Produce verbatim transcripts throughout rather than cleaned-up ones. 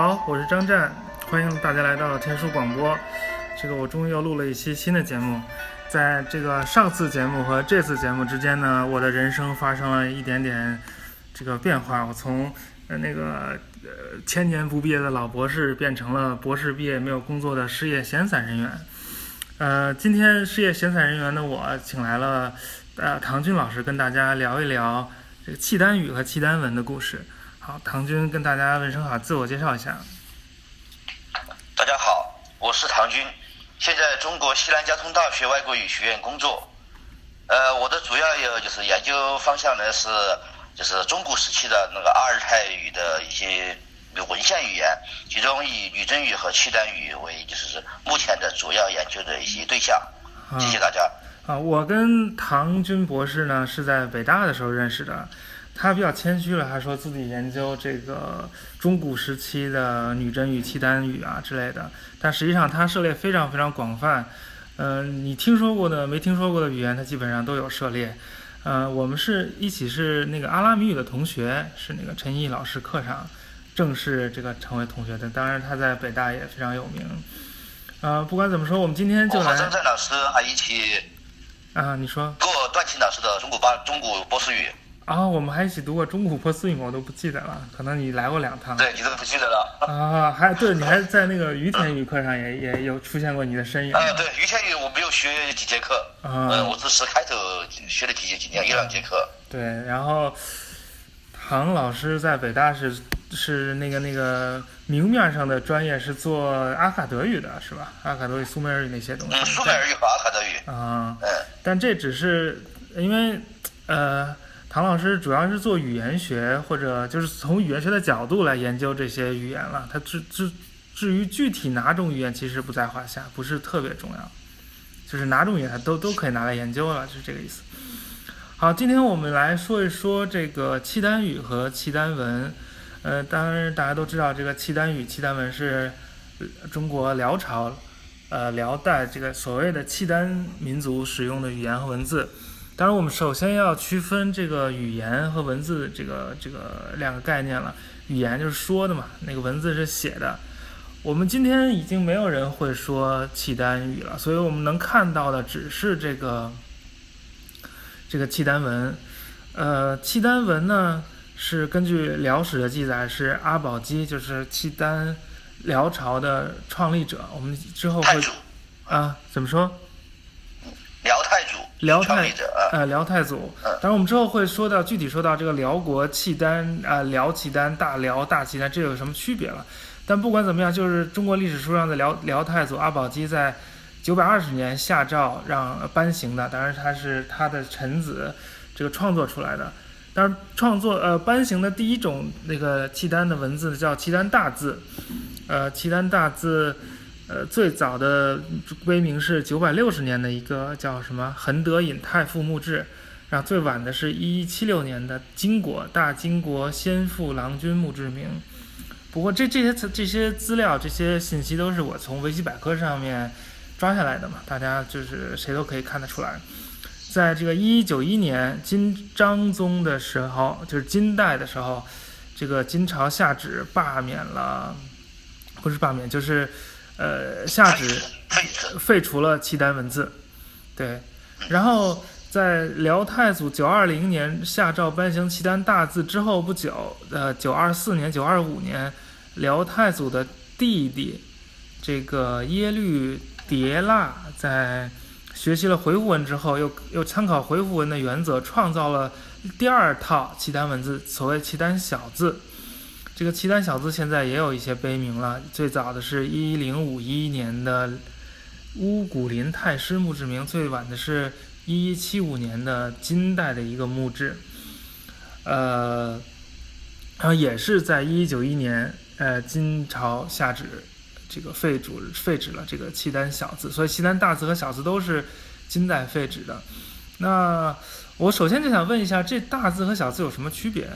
好，我是张湛，欢迎大家来到天书广播。这个我终于又录了一期新的节目，在这个上次节目和这次节目之间呢，我的人生发生了一点点这个变化。我从呃那个呃千年不毕业的老博士变成了博士毕业没有工作的失业闲散人员。呃，今天失业闲散人员呢，我请来了呃唐军老师跟大家聊一聊这个契丹语和契丹文的故事。好，唐军跟大家问声好，自我介绍一下。 大家好，我是唐军，现在中国西南交通大学外国语学院工作。呃，我的主要有就是研究方向呢是就是中古时期的那个阿尔泰语的一些文献语言，其中以女真语和契丹语为就是目前的主要研究的一些对象。谢谢大家。 啊，我跟唐军博士呢是在北大的时候认识的。他比较谦虚了，他说自己研究这个中古时期的女真语、契丹语啊之类的，但实际上他涉猎非常非常广泛。嗯、呃，你听说过的、没听说过的语言，他基本上都有涉猎。呃，我们是一起是那个阿拉米语的同学，是那个陈毅老师课上正式这个成为同学的。当然，他在北大也非常有名。呃，不管怎么说，我们今天就来。 我和张湛老师还一起啊，你说过段庆老师的中古巴中古波斯语。 啊，我们还一起读过中古波斯语，我都不记得了，可能你来过两趟。 对，你都不记得了啊？还对，你还在那个于田语课上也也有出现过你的身影。 啊，对，于田语我没有学几节课， 啊、 嗯，我只是开头学了几节几两一两节课。 对，然后唐老师在北大是是那个那个明面上的专业是做阿卡德语的，是吧？阿卡德语、苏美尔语那些东西。 嗯，苏美尔语和阿卡德语。 啊， 嗯， 但这只是因为呃。唐老师主要是做语言学，或者就是从语言学的角度来研究这些语言了。他至至至于具体哪种语言，其实不在话下，不是特别重要。就是哪种语言，他都都可以拿来研究了，就是这个意思。好，今天我们来说一说这个契丹语和契丹文。呃，当然大家都知道，这个契丹语、契丹文是中国辽朝、呃辽代这个所谓的契丹民族使用的语言和文字。当然，我们首先要区分这个语言和文字这个这个两个概念了。语言就是说的嘛，那个文字是写的。我们今天已经没有人会说契丹语了，所以我们能看到的只是这个这个契丹文。呃，契丹文呢是根据辽史的记载，是阿保机，就是契丹辽朝的创立者。我们之后会啊，怎么说？ 辽太祖， 辽太呃辽太祖，当然我们之后会说到具体说到这个辽国契丹啊、呃，辽契丹、大辽、大契丹这有什么区别了？但不管怎么样，就是中国历史书上的辽辽太祖阿保机在九百二十年下诏让颁行的，当然他是他的臣子这个创作出来的。当然创作呃颁行的第一种那个契丹的文字叫契丹大字，呃契丹大字。呃，最早的碑铭是九百六十年的一个叫什么恒德隐太傅墓志，然后最晚的是一一七六年的金国大金国先父郎君墓志铭。不过这这些这些资料这些信息都是我从维基百科上面抓下来的嘛，大家就是谁都可以看得出来。在这个一一九一年金章宗的时候，就是金代的时候，这个金朝下旨罢免了，不是罢免就是。呃，下旨废除了契丹文字，对，然后在辽太祖九二零年下诏颁行契丹大字之后不久，呃，九二四年、九二五年，辽太祖的弟弟这个耶律迭腊在学习了回鹘文之后，又又参考回鹘文的原则，创造了第二套契丹文字，所谓契丹小字。这个契丹小字现在也有一些碑铭了，最早的是一零五一年的乌古林太师墓志铭，最晚的是一一七五年的金代的一个墓志，呃，然后也是在一一九一年，呃，金朝下旨这个废止废止了这个契丹小字，所以契丹大字和小字都是金代废止的。那我首先就想问一下，这大字和小字有什么区别？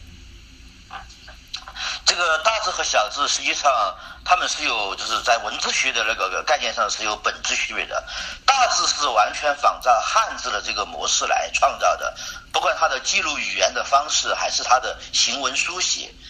这个大字和小字实际上它们是有就是在文字学的那个概念上是有本质区别的。大字是完全仿照汉字的这个模式来创造的，不管它的记录语言的方式还是它的行文书写，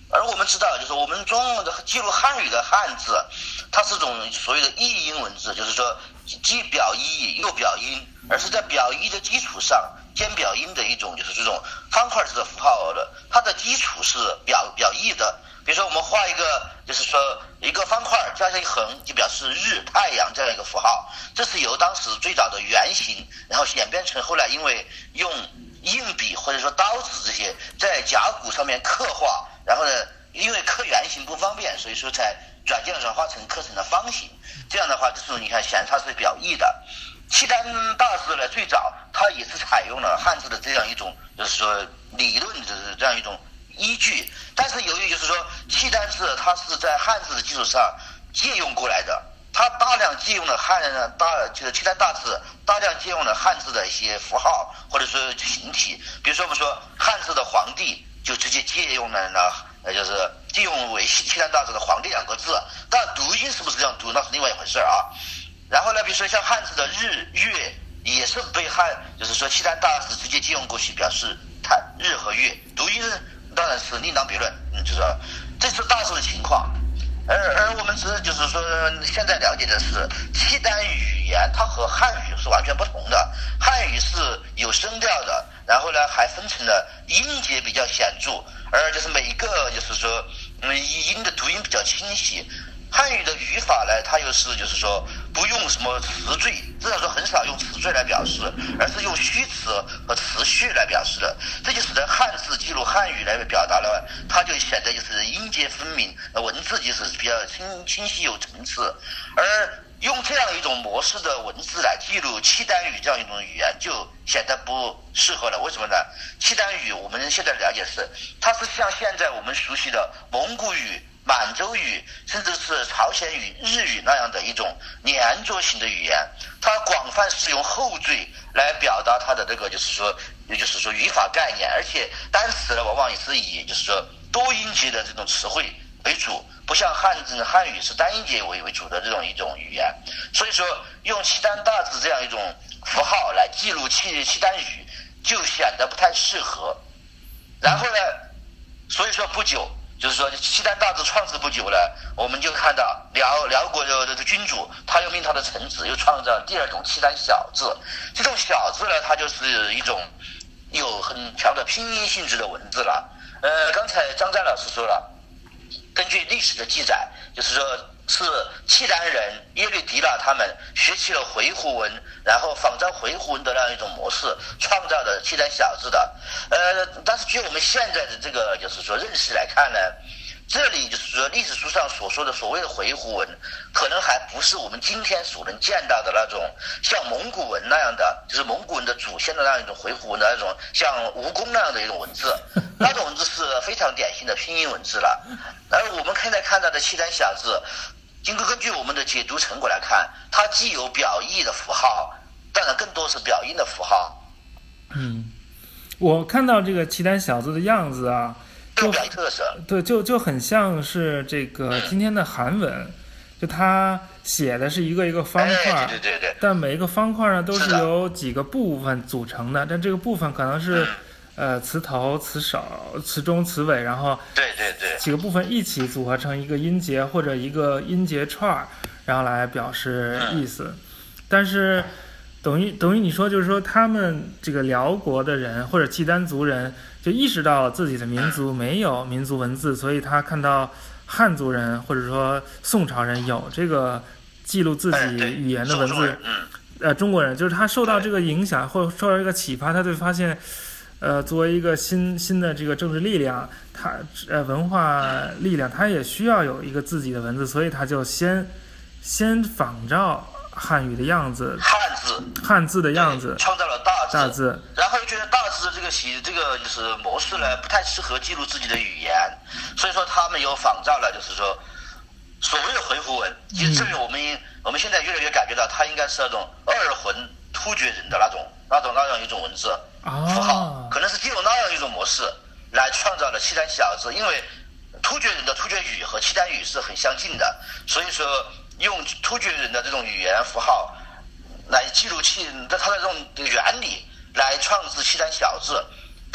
而我们知道，就是我们中文的记录汉语的汉字，它是种所谓的意音文字，就是说既表意又表音，而是在表意的基础上兼表音的一种，就是这种方块式的符号的，它的基础是表表意的。比如说我们画一个，就是说一个方块加上一横，就表示日、太阳这样一个符号，这是由当时最早的圆形，然后演变成后来因为用硬笔或者说刀子这些在甲骨上面刻画，然后呢，因为刻圆形不方便，所以说才转渐转化成刻成了方形。这样的话，就是你看显然它是表意的。契丹大字呢，最早它也是采用了汉字的这样一种，就是说理论的这样一种依据，但是由于就是说契丹字它是在汉字的基础上借用过来的，它大量借用了汉大就是契丹大字大量借用了汉字的一些符号或者说形体，比如说我们说汉字的皇帝就直接借用了呢，呃就是借用为契丹大字的皇帝两个字，但读音是不是这样读那是另外一回事啊。然后呢，比如说像汉字的日月也是被汉就是说契丹大字直接借用过去表示它日和月，读音当然是另当别论，嗯，就是说这是大致的情况。而而我们只是就是说现在了解的是契丹语言它和汉语是完全不同的，汉语是有声调的，然后呢还分成了音节比较显著，而就是每一个就是说嗯音的读音比较清晰。汉语的语法呢，它又是就是说不用什么词缀，至少说很少用词缀来表示，而是用虚词和词序来表示的。这就使得汉字记录汉语来表达了，它就显得就是音节分明，文字就是比较清清晰有层次。而用这样一种模式的文字来记录契丹语这样一种语言，就显得不适合了。为什么呢？契丹语我们现在了解是，它是像现在我们熟悉的蒙古语、满洲语，甚至是朝鲜语、日语那样的一种连着型的语言，它广泛使用后缀来表达它的这个就是说，也就是说语法概念，而且单词呢往往也是以就是说多音节的这种词汇为主，不像汉字汉语是单音节为为主的这种一种语言。所以说用契丹大字这样一种符号来记录契契丹语，就显得不太适合。然后呢，所以说不久。就是说，契丹大字创制不久了，我们就看到辽辽国的的君主，他又命他的臣子又创造第二种契丹小字。这种小字呢，它就是一种有很强的拼音性质的文字了。呃，刚才张湛老师说了，根据历史的记载，就是说是契丹人耶律狄剌他们学习了回鹘文，然后仿照回鹘文的那样一种模式创造的契丹小字的。呃，但是据我们现在的这个就是说认识来看呢，这里就是说历史书上所说的所谓的回鹘文，可能还不是我们今天所能见到的那种像蒙古文那样的，就是蒙古文的祖先的那样一种回鹘文的那种像蜈蚣那样的一种文字，那种文字是非常典型的拼音文字了。而我们现在看到的契丹小字，经过根据我们的解读成果来看，它既有表意的符号，当然更多是表音的符号。 嗯，我看到这个契丹小字的样子啊， 就表意特色， 对，就就很像是这个今天的韩文，嗯、就它写的是一个一个方块， 哎、对对对对， 但每一个方块呢都是由几个部分组成的，但这个部分可能是。嗯呃，词头、词首、词中、词尾，然后对对对几个部分一起组合成一个音节或者一个音节串，然后来表示意思。嗯、但是等于等于你说就是说他们这个辽国的人或者契丹族人就意识到自己的民族没有民族文字，所以他看到汉族人或者说宋朝人有这个记录自己语言的文字，呃，中国人就是他受到这个影响或者受到这个启发，他就发现。呃，作为一个新新的这个政治力量，它呃文化力量，它也需要有一个自己的文字，所以他就先先仿照汉语的样子， 汉字汉字的样子， 创造了大字， 大字， 然后又觉得大字这个写这个就是模式呢，不太适合记录自己的语言，所以说他们又仿照了，就是说所谓的回鹘文，其实证明我们、嗯、我们现在越来越感觉到，它应该是那种二浑突厥人的那种那种那样一种文字。符号可能是借用那样一种模式来创造了契丹小字，因为突厥人的突厥语和契丹语是很相近的，所以说用突厥人的这种语言符号来记录契，它的这种原理来创制契丹小字，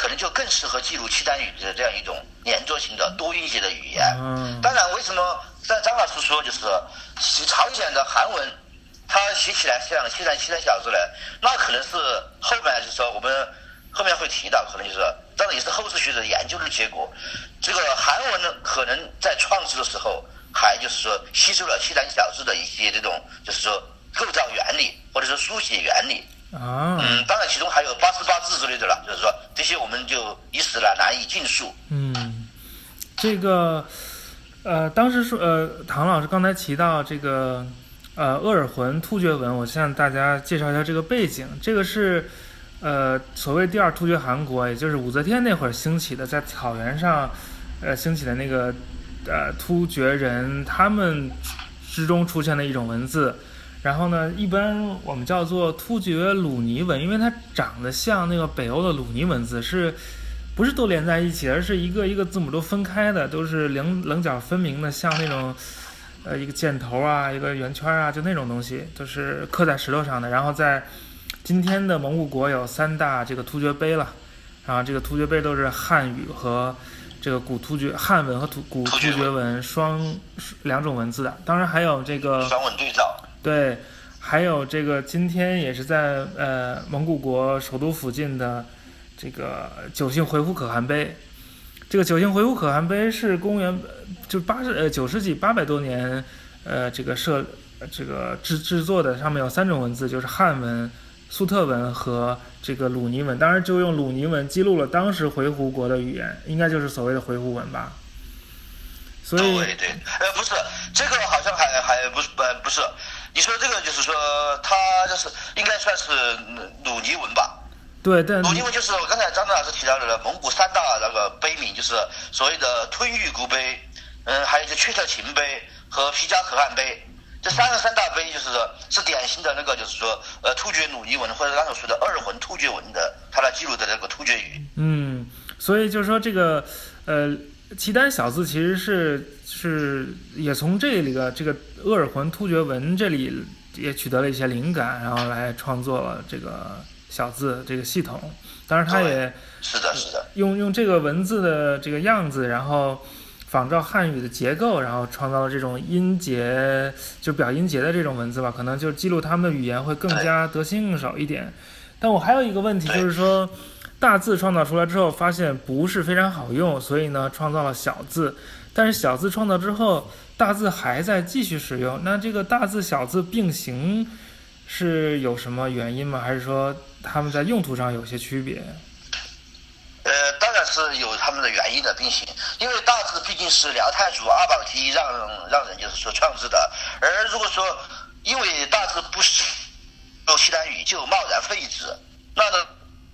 可能就更适合记录契丹语的这样一种连坐型的多音节的语言。 嗯， 当然，为什么在张老师说就是朝鲜的韩文，它写起来像契丹契丹小字呢？那可能是后面就是说我们后面会提到，可能就是当然也是后世学者研究的结果。这个韩文呢，可能在创制的时候，还就是说吸收了契丹小字的一些这种就是说构造原理或者说书写原理。 啊， 嗯，当然其中还有八十八字之类的了，就是说这些我们就一时呢难以尽述。 嗯，这个呃，当时说呃，唐老师刚才提到这个呃鄂尔浑突厥文，我向大家介绍一下这个背景。这个是呃所谓第二突厥汗国，也就是武则天那会儿兴起的，在草原上呃兴起的那个呃突厥人他们之中出现的一种文字。然后呢，一般我们叫做突厥鲁尼文，因为它长得像那个北欧的鲁尼文字，是不是都连在一起，而是一个一个字母都分开的，都是棱棱角分明的，像那种呃一个箭头啊，一个圆圈啊，就那种东西，都是刻在石头上的。然后在今天的蒙古国有三大这个突厥碑了，然后这个突厥碑都是汉语和这个古突厥汉文和突古突厥文双两种文字的，当然还有这个双文对照。 对，还有这个今天也是在呃蒙古国首都附近的这个九姓回鹘可汗碑。这个九姓回鹘可汗碑是公元就八十呃九世纪八百多年呃这个设这个制制作的，上面有三种文字，就是汉文、粟特文和这个鲁尼文。当然就用鲁尼文记录了当时回鹘国的语言，应该就是所谓的回鹘文吧。所以对对，呃不是这个好像还还不是呃不是。你说这个就是说，它就是应该算是鲁尼文吧？ 对，但鲁尼文就是我刚才张老师提到的蒙古三大那个碑铭，就是所谓的吞玉孤碑，嗯，还有就阙特勤碑和皮加可汗碑，这三个三大碑就是说是典型的那个就是说呃突厥鲁尼文或者刚才说的鄂尔浑突厥文的，它来记录的那个突厥语。 嗯，所以就是说这个呃契丹小字其实是是也从这里的这个鄂尔浑突厥文这里也取得了一些灵感，然后来创作了这个小字这个系统。当然，他也是的，是的， 用用这个文字的这个样子，然后仿照汉语的结构，然后创造了这种音节，就表音节的这种文字吧，可能就记录他们的语言会更加得心应手一点。但我还有一个问题就是说，大字创造出来之后，发现不是非常好用，所以呢，创造了小字。但是小字创造之后，大字还在继续使用，那这个大字小字并行是有什么原因吗？还是说他们在用途上有些区别？ 呃，当然是有他们的原因的并行，因为大字毕竟是辽太祖阿保提让让人就是说创制的，而如果说因为大字不使用契丹语就贸然废止，那呢，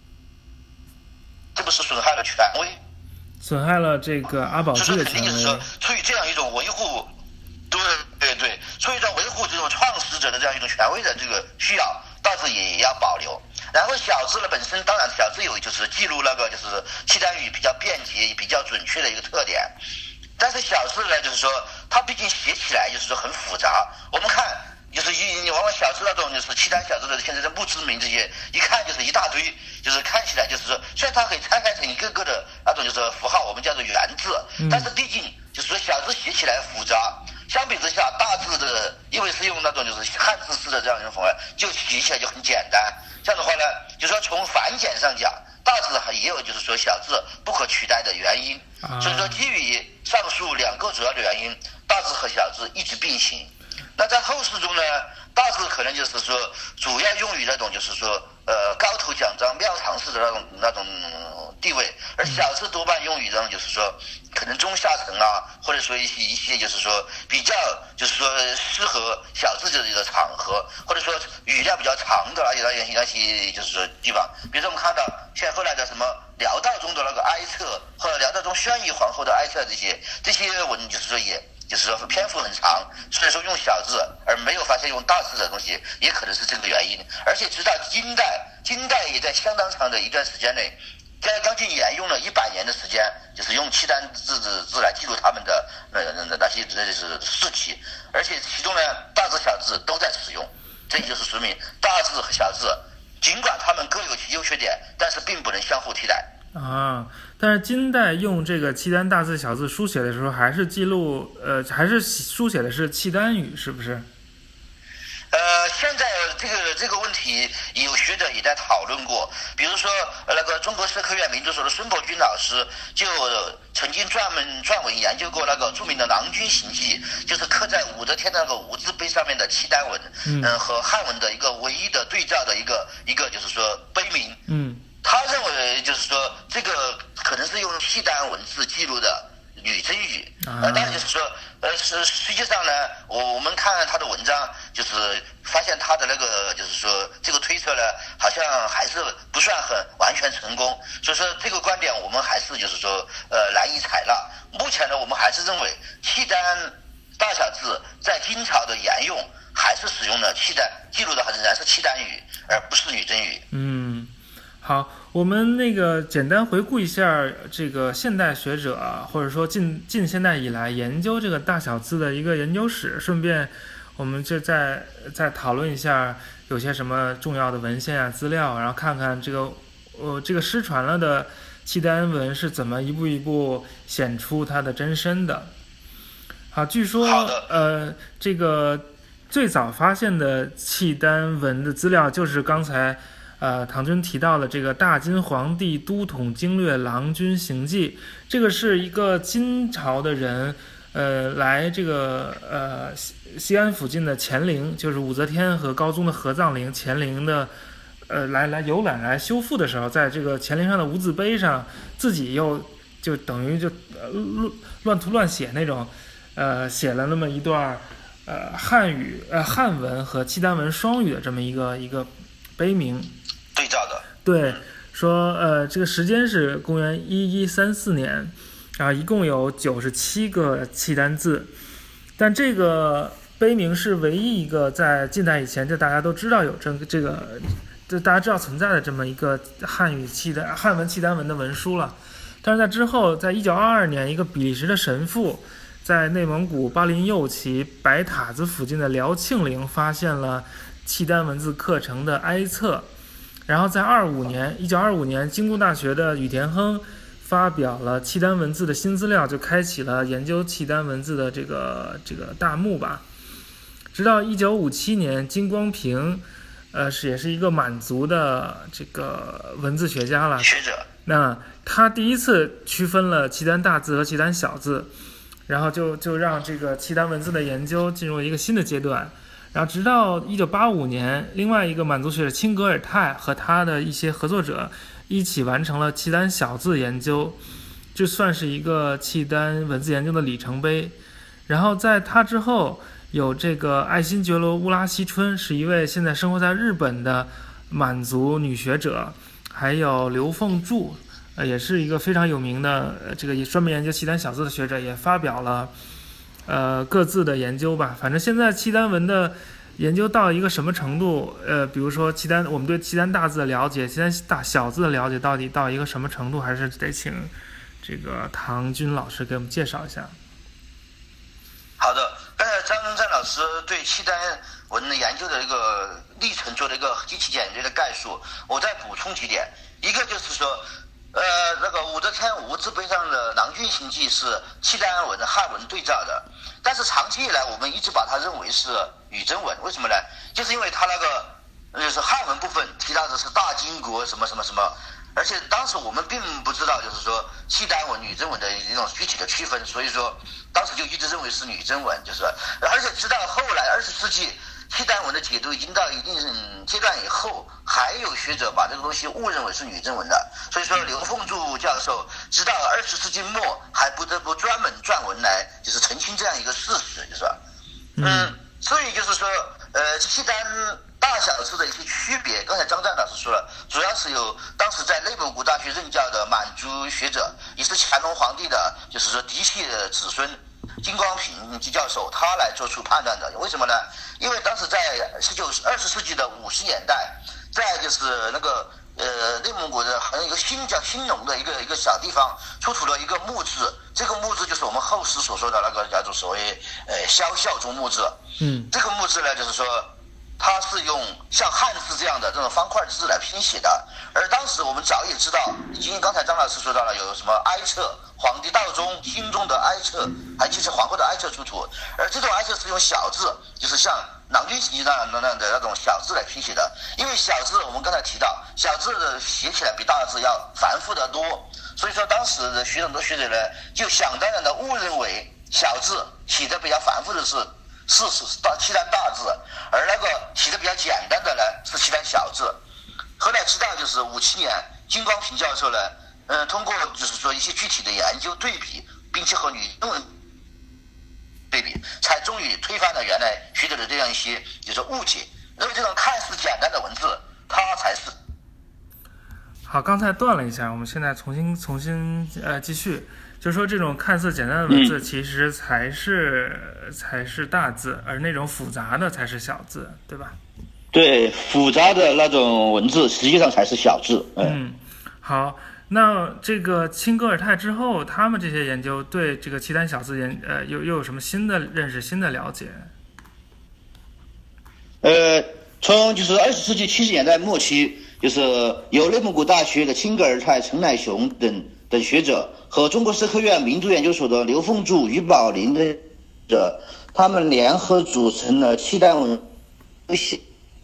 这不是损害了权威？ 损害了这个阿保机的权威。 所以说肯定就是说，出于这样一种维护，对对对，出于一种维护这种创始者的这样一种权威的这个需要，大字也要保留。然后小字呢本身，当然小字有就是记录那个就是契丹语比较便捷、比较准确的一个特点。但是小字呢，就是说它毕竟写起来就是说很复杂。我们看就是一你往往小字那种就是契丹小字的现在的墓志铭这些，一看就是一大堆，就是看起来就是说，虽然它可以拆开成一个个的那种就是符号，我们叫做元字，但是毕竟就是说小字写起来复杂。相比之下，大字的因为是用那种就是汉字式的这样一种方法，就写起来就很简单。这样的话呢，就是说从繁简上讲，大字也有就是说小字不可取代的原因。所以说基于上述两个主要的原因，大字和小字一直并行。那在后世中呢，大字可能就是说主要用于那种就是说呃高头奖章庙堂式的那种那种地位，而小字多半用于那种就是说可能中下层啊，或者说一些一些就是说比较就是说适合小字的一个场合，或者说语量比较长的而且那些那些就是说地方，比如说我们看到现在后来的什么辽道中的那个哀册，或者辽道中宣仪皇后的哀册，这些这些文就是说也就是说篇幅很长，所以说用小字而没有发现用大字的东西，也可能是这个原因。而且直到金代，金代也在相当长的一段时间内，在将近沿用了一百年的时间，就是用契丹字字字来记录他们的那那那些那就是事迹，而且其中呢大字小字都在使用，这也就是说明大字和小字尽管他们各有其优缺点，但是并不能相互替代。 啊，但是金代用这个契丹大字小字书写的时候，还是记录呃，还是书写的是契丹语，是不是？ 呃，现在这个这个问题有学者也在讨论过，比如说那个中国社科院民族所的孙伯钧老师就曾经专门撰文研究过那个著名的《郎君行记》，就是刻在武则天的那个无字碑上面的契丹文，嗯、呃，和汉文的一个唯一的对照的一个一个就是说碑铭，嗯，他认为就是说这个可能是用契丹文字记录的女真语，呃，当然就是说，呃，实实际上呢，我我们看他的文章，就是发现他的那个就是说这个推测呢，好像还是不算很完全成功，所以说这个观点我们还是就是说呃难以采纳。目前呢，我们还是认为契丹大小字在金朝的沿用还是使用了契丹，记录的仍然是契丹语，而不是女真语。 嗯，好。我们那个简单回顾一下这个现代学者啊，或者说近近现代以来研究这个大小字的一个研究史，顺便我们就再再讨论一下有些什么重要的文献啊资料，然后看看这个呃这个失传了的契丹文是怎么一步一步显出它的真身的。好，据说呃这个最早发现的契丹文的资料就是刚才呃，唐军提到了这个《大金皇帝都统经略郎君行记》，这个是一个金朝的人，呃，来这个呃西西安附近的乾陵，就是武则天和高宗的合葬陵乾陵的，呃，来来游览来修复的时候，在这个乾陵上的无字碑上，自己又就等于就呃乱乱涂乱写那种，呃，写了那么一段呃汉语呃汉文和契丹文双语的这么一个一个碑铭。 对照的， 对，说呃，这个时间是公元一一三四年，啊，一共有九十七个契丹字，但这个碑铭是唯一一个在近代以前就大家都知道有这个这个，就大家知道存在的这么一个汉语契丹汉文契丹文的文书了。但是在之后，在一九二二年，一个比利时的神父在内蒙古巴林右旗白塔子附近的辽庆陵发现了契丹文字刻成的哀册。然后在二五年，一九二五年，京都大学的宇田亨发表了契丹文字的新资料，就开启了研究契丹文字的这个这个大幕吧。直到一九五七年，金光平，呃，是也是一个满族的这个文字学家了， 学者。 那他第一次区分了契丹大字和契丹小字，然后就就让这个契丹文字的研究进入一个新的阶段。然后直到一九八五年，另外一个满族学者钦格尔泰和他的一些合作者一起完成了契丹小字研究，就算是一个契丹文字研究的里程碑。然后在他之后，有这个爱新觉罗乌拉希春，是一位现在生活在日本的满族女学者，还有刘凤柱，呃，也是一个非常有名的、呃、这个专门研究契丹小字的学者，也发表了呃，各自的研究吧。反正现在契丹文的研究到一个什么程度？呃，比如说契丹，我们对契丹大字的了解，契丹大小字的了解到底到一个什么程度？还是得请这个唐军老师给我们介绍一下。 好的，刚才张张老师对契丹文研究的一个历程做了一个极其简略的概述，我再补充几点。一个就是说。呃，那个武则天无字碑上的《郎君行记》是契丹文、汉文对照的，但是长期以来我们一直把它认为是女真文，为什么呢？就是因为它那个就是汉文部分提到的是大金国什么什么什么，而且当时我们并不知道就是说契丹文、女真文的一种具体的区分，所以说当时就一直认为是女真文，就是，而且直到后来二十世纪。契丹文的解读已经到一定阶段以后，还有学者把这个东西误认为是女真文的，所以说刘凤柱教授直到二十世纪末还不得不专门撰文来就是澄清这样一个事实，就是嗯，所以就是说呃契丹大小字的一些区别，刚才张湛老师说了，主要是由当时在内蒙古大学任教的满族学者，也是乾隆皇帝的就是说嫡系的子孙金光平吉教授他来做出判断的。为什么呢？因为当时在十九二十世纪的五十年代，在就是那个呃内蒙古的好像一个新叫兴隆的一个一个小地方出土了一个墓志，这个墓志就是我们后世所说的那个叫做所谓呃萧孝宗墓志。嗯，这个墓志呢就是说它是用像汉字这样的这种方块字来拼写的。而当时我们早也知道，已经刚才张老师说到了，有什么哀册，皇帝道中心中的哀册，还就是皇后的哀册出土。而这种哀册是用小字，就是像郎君行记那样的那种小字来拼写的。因为小字我们刚才提到，小字的写起来比大字要繁复得多，所以说当时的学很多学者呢，就想当然的误认为小字写的比较繁复的是是是大契丹大字，而那个写的比较简单的呢是契丹小字。后来直到就是五七年，金光平教授呢，嗯、呃，通过就是说一些具体的研究对比，并且和女中文对比，才终于推翻了原来学者的这样一些就是误解，认为这种看似简单的文字，它才是。 好，刚才断了一下，我们现在重新重新呃继续，就是说这种看似简单的文字，其实才是、嗯、才是大字，而那种复杂的才是小字，对吧？ 对，复杂的那种文字实际上才是小字。嗯， 嗯好，那这个清噶尔泰之后，他们这些研究对这个契丹小字研呃又又有什么新的认识、新的了解？ 呃，从就是二十世纪七十年代末期，就是由内蒙古大学的清噶尔泰、陈乃雄等等学者和中国社科院民族研究所的刘凤柱、于宝林的者，他们联合组成了契丹文系。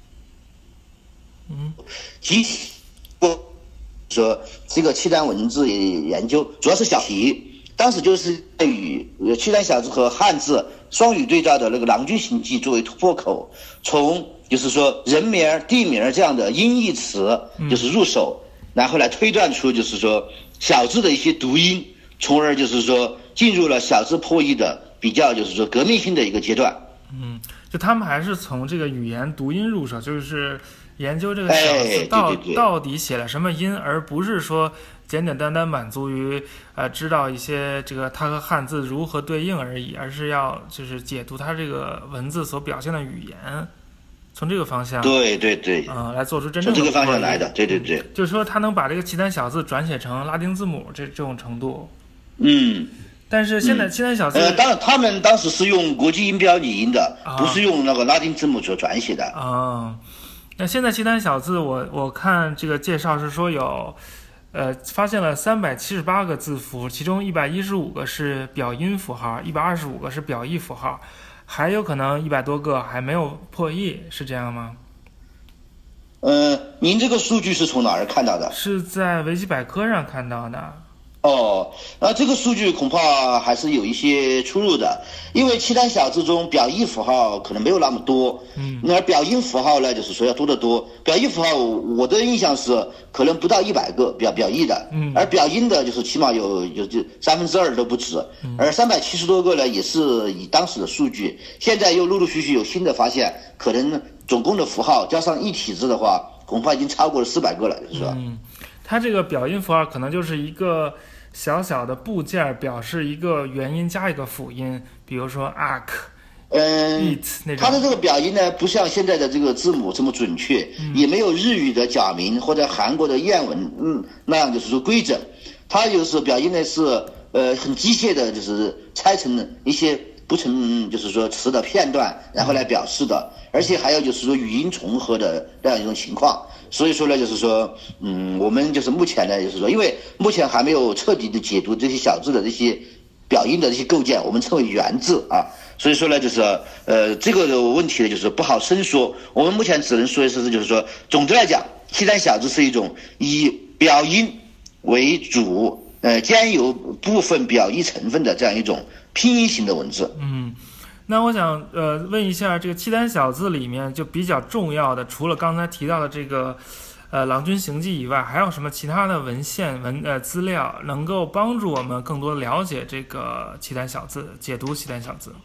嗯， 集体说这个契丹文字研究主要是小题，当时就是与契丹小字和汉字双语对照的那个《郎君行记》作为突破口，从就是说人名、地名这样的音译词就是入手，嗯、然后来推断出就是说小字的一些读音，从而就是说进入了小字破译的比较就是说革命性的一个阶段。 嗯，就他们还是从这个语言读音入手，就是研究这个小字到、哎、对对对到底写了什么音，而不是说简简单单满足于呃知道一些这个它和汉字如何对应而已，而是要就是解读它这个文字所表现的语言，从这个方向对对对， 嗯、呃，来做出真正的从这个方向来的，对对对， 就是说他能把这个契丹小字转写成拉丁字母这这种程度， 嗯。 但是现在契丹小字， 呃，当然他们当时是用国际音标拟音的，啊、不是用那个拉丁字母所转写的。 啊，那现在契丹小字我，我我看这个介绍是说有，呃，发现了三百七十八个字符，其中一百一十五个是表音符号，一百二十五个是表意符号，还有可能一百多个还没有破译，是这样吗？ 呃，您这个数据是从哪儿看到的？ 是在维基百科上看到的。 哦，那这个数据恐怕还是有一些出入的，因为契丹小字中表意符号可能没有那么多，嗯，而表音符号呢，就是说要多得多。表意符号，我的印象是可能不到一百个表表意的，嗯，而表音的就是起码有有就三分之二都不止，嗯、而三百七十多个呢，也是以当时的数据，现在又陆陆续续有新的发现，可能总共的符号加上异体字的话，恐怕已经超过了四百个了，就是说， 嗯，它这个表音符号可能就是一个小小的部件，表示一个元音加一个辅音，比如说 ark， 嗯 eat 那种。 它的这个表音呢，不像现在的这个字母这么准确，嗯、也没有日语的假名或者韩国的谚文，嗯，那样就是说规整。它就是表音呢是呃很机械的，就是拆成一些不成就是说词的片段，然后来表示的，嗯、而且还有就是说语音重合的这样一种情况。所以说呢，就是说，嗯，我们就是目前呢，就是说，因为目前还没有彻底的解读这些小字的这些表音的这些构建，我们称为元字啊。所以说呢，就是呃，这个问题呢，就是不好深说。我们目前只能说的是，就是说，总的来讲，契丹小字是一种以表音为主，呃，兼有部分表意成分的这样一种拼音型的文字。 嗯。那我想呃问一下，这个契丹小字里面就比较重要的，除了刚才提到的这个呃《郎君行记》以外，还有什么其他的文献文呃资料能够帮助我们更多了解这个契丹小字，解读契丹小字？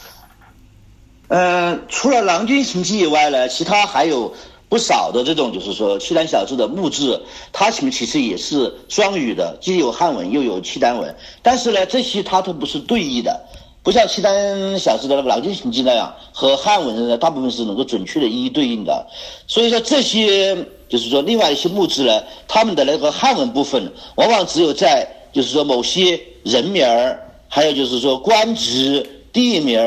呃，除了《郎君行记》以外呢，其他还有不少的这种就是说契丹小字的木字，它其实也是双语的，既有汉文又有契丹文，但是呢，这些它都不是对译的。不像契丹小字的那个《郎君行记》那样，和汉文呢大部分是能够准确的一一对应的。所以说这些就是说另外一些木字呢，他们的那个汉文部分，往往只有在就是说某些人名儿，还有就是说官职、地名儿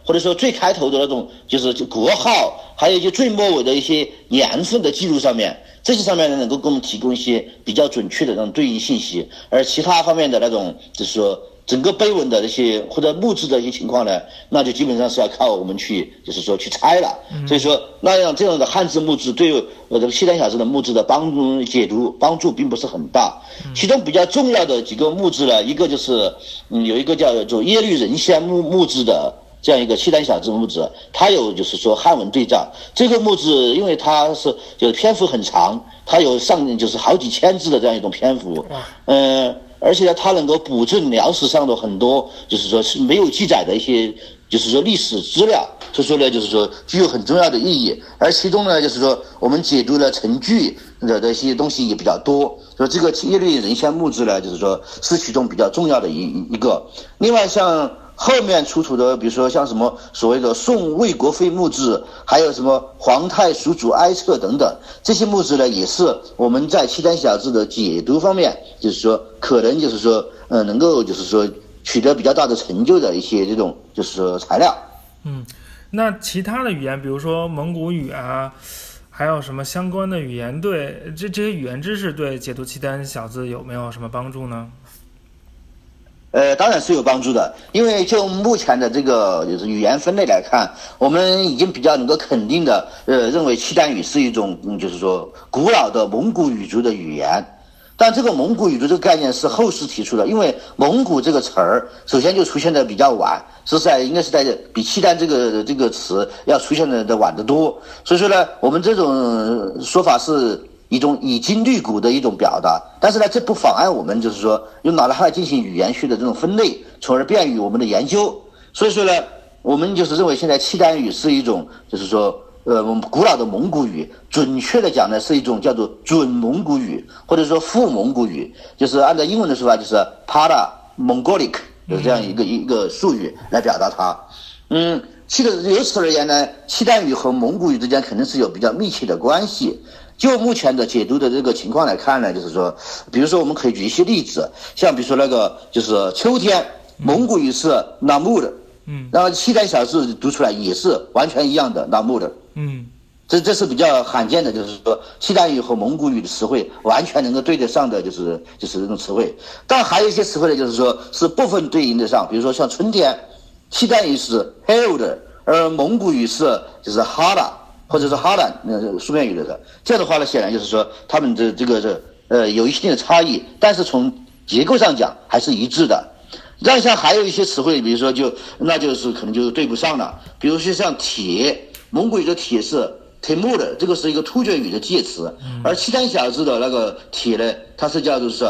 或者说最开头的那种就是国号，还有一些最末尾的一些年份的记录上面，这些上面呢能够给我们提供一些比较准确的那种对应信息，而其他方面的那种就是说整个碑文的那些或者墓志的一些情况呢，那就基本上是要靠我们去就是说去猜了。嗯、所以说那样这样的汉字墓志对呃这个契丹小字的墓志的帮助解读帮助并不是很大。其中比较重要的几个墓志呢，一个就是嗯有一个叫做耶律仁先墓墓志的这样一个契丹小字墓志，它有就是说汉文对照。这个墓志因为它是就是篇幅很长，它有上就是好几千字的这样一种篇幅，嗯、呃。而且呢，它能够补正辽史上的很多，就是说是没有记载的一些，就是说历史资料，所以说呢，就是说具有很重要的意义。而其中呢，就是说我们解读了成句的一些东西也比较多，所以这个耶律仁先墓志呢，就是说是其中比较重要的一一个。另外像后面出土的，比如说像什么所谓的宋魏国妃墓志，还有什么皇太蜀主哀册等等，这些墓志呢，也是我们在契丹小字的解读方面，就是说可能就是说，呃，能够就是说取得比较大的成就的一些这种就是说材料。 嗯，那其他的语言，比如说蒙古语啊，还有什么相关的语言，对这这些语言知识对解读契丹小字有没有什么帮助呢？ 呃，当然是有帮助的，因为就目前的这个就是语言分类来看，我们已经比较能够肯定的，呃，认为契丹语是一种，嗯，就是说古老的蒙古语族的语言。但这个蒙古语族这个概念是后世提出的，因为蒙古这个词儿首先就出现的比较晚，是在应该是在比契丹这个这个词要出现的的晚得多，所以说呢，我们这种说法是一种以今虑古的一种表达，但是呢，这不妨碍我们就是说用拿它来进行语言学的这种分类，从而便于我们的研究。所以说呢，我们就是认为现在契丹语是一种就是说呃古老的蒙古语，准确的讲呢是一种叫做准蒙古语，或者说副蒙古语，就是按照英文的说法就是 Para Mongolic， 就是这样一个一个术语来表达它。嗯，其实由此而言呢，契丹语和蒙古语之间肯定是有比较密切的关系。就目前的解读的这个情况来看呢，就是说，比如说我们可以举一些例子，像比如说那个就是秋天，蒙古语是 Namud， 嗯，然后契丹小字读出来也是完全一样的 Namud， 嗯，这这是比较罕见的，就是说契丹语和蒙古语的词汇完全能够对得上的，就是就是这种词汇。但还有一些词汇呢，就是说是部分对应得上，比如说像春天，契丹语是 Held， 而蒙古语是就是 Hala。或者是哈兰呃书面语的，这样的话呢，显然就是说他们的这个这呃有一定的差异，但是从结构上讲还是一致的。然后像还有一些词汇，比如说就那就是可能就对不上了，比如说像铁，蒙古语的铁是 Temur， 这个是一个突厥语的介词，而契丹小字的那个铁呢，它是叫做是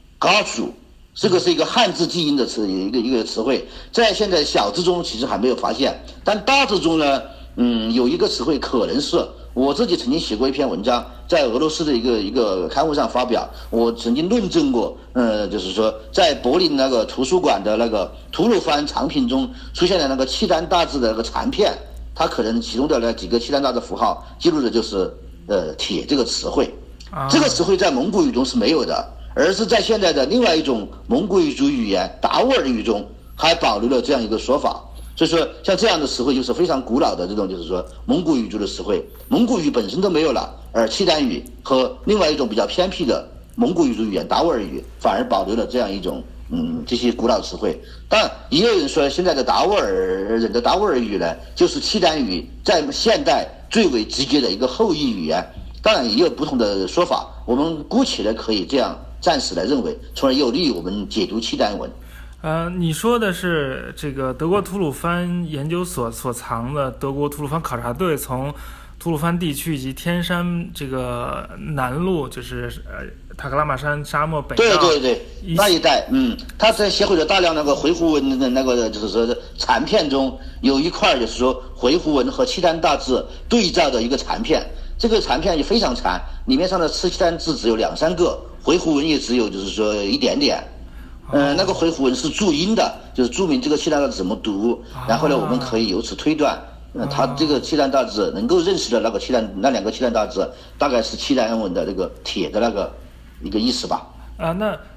Gazu， 这个是一个汉字记音的词，一个一个词汇，在现在小字中其实还没有发现，但大字中呢。嗯，有一个词汇可能是我自己曾经写过一篇文章，在俄罗斯的一个一个刊物上发表，我曾经论证过，呃，就是说在柏林那个图书馆的那个吐鲁番藏品中出现的那个契丹大字的那个残片，它可能其中的那几个契丹大字符号记录的就是呃铁这个词汇，这个词汇在蒙古语中是没有的，而是在现在的另外一种蒙古语族语言达斡尔语中还保留了这样一个说法。所以说像这样的词汇就是非常古老的这种就是说蒙古语族的词汇，蒙古语本身都没有了，而契丹语和另外一种比较偏僻的蒙古语族语言达斡尔语反而保留了这样一种嗯这些古老词汇。当然也有人说现在的达斡尔人的达斡尔语呢就是契丹语在现代最为直接的一个后裔语言，当然也有不同的说法，我们姑且呢可以这样暂时来认为，从而有利于我们解读契丹文。 呃，你说的是这个德国吐鲁番研究所所藏的德国吐鲁番考察队从吐鲁番地区以及天山这个南路，就是呃塔克拉玛山沙漠北对对对那一带，嗯，他在写回了大量那个回鹘文的那个就是说残片中，有一块就是说回鹘文和契丹大字对照的一个残片，这个残片也非常残，里面上的契丹字只有两三个，回鹘文也只有就是说一点点。呃，那个回鹘文是注音的，就是注明这个契丹大字怎么读，然后呢，我们可以由此推断，呃，他这个契丹大字能够认识的那个契丹那两个契丹大字，大概是契丹文的这个铁的那个一个意思吧。 啊，那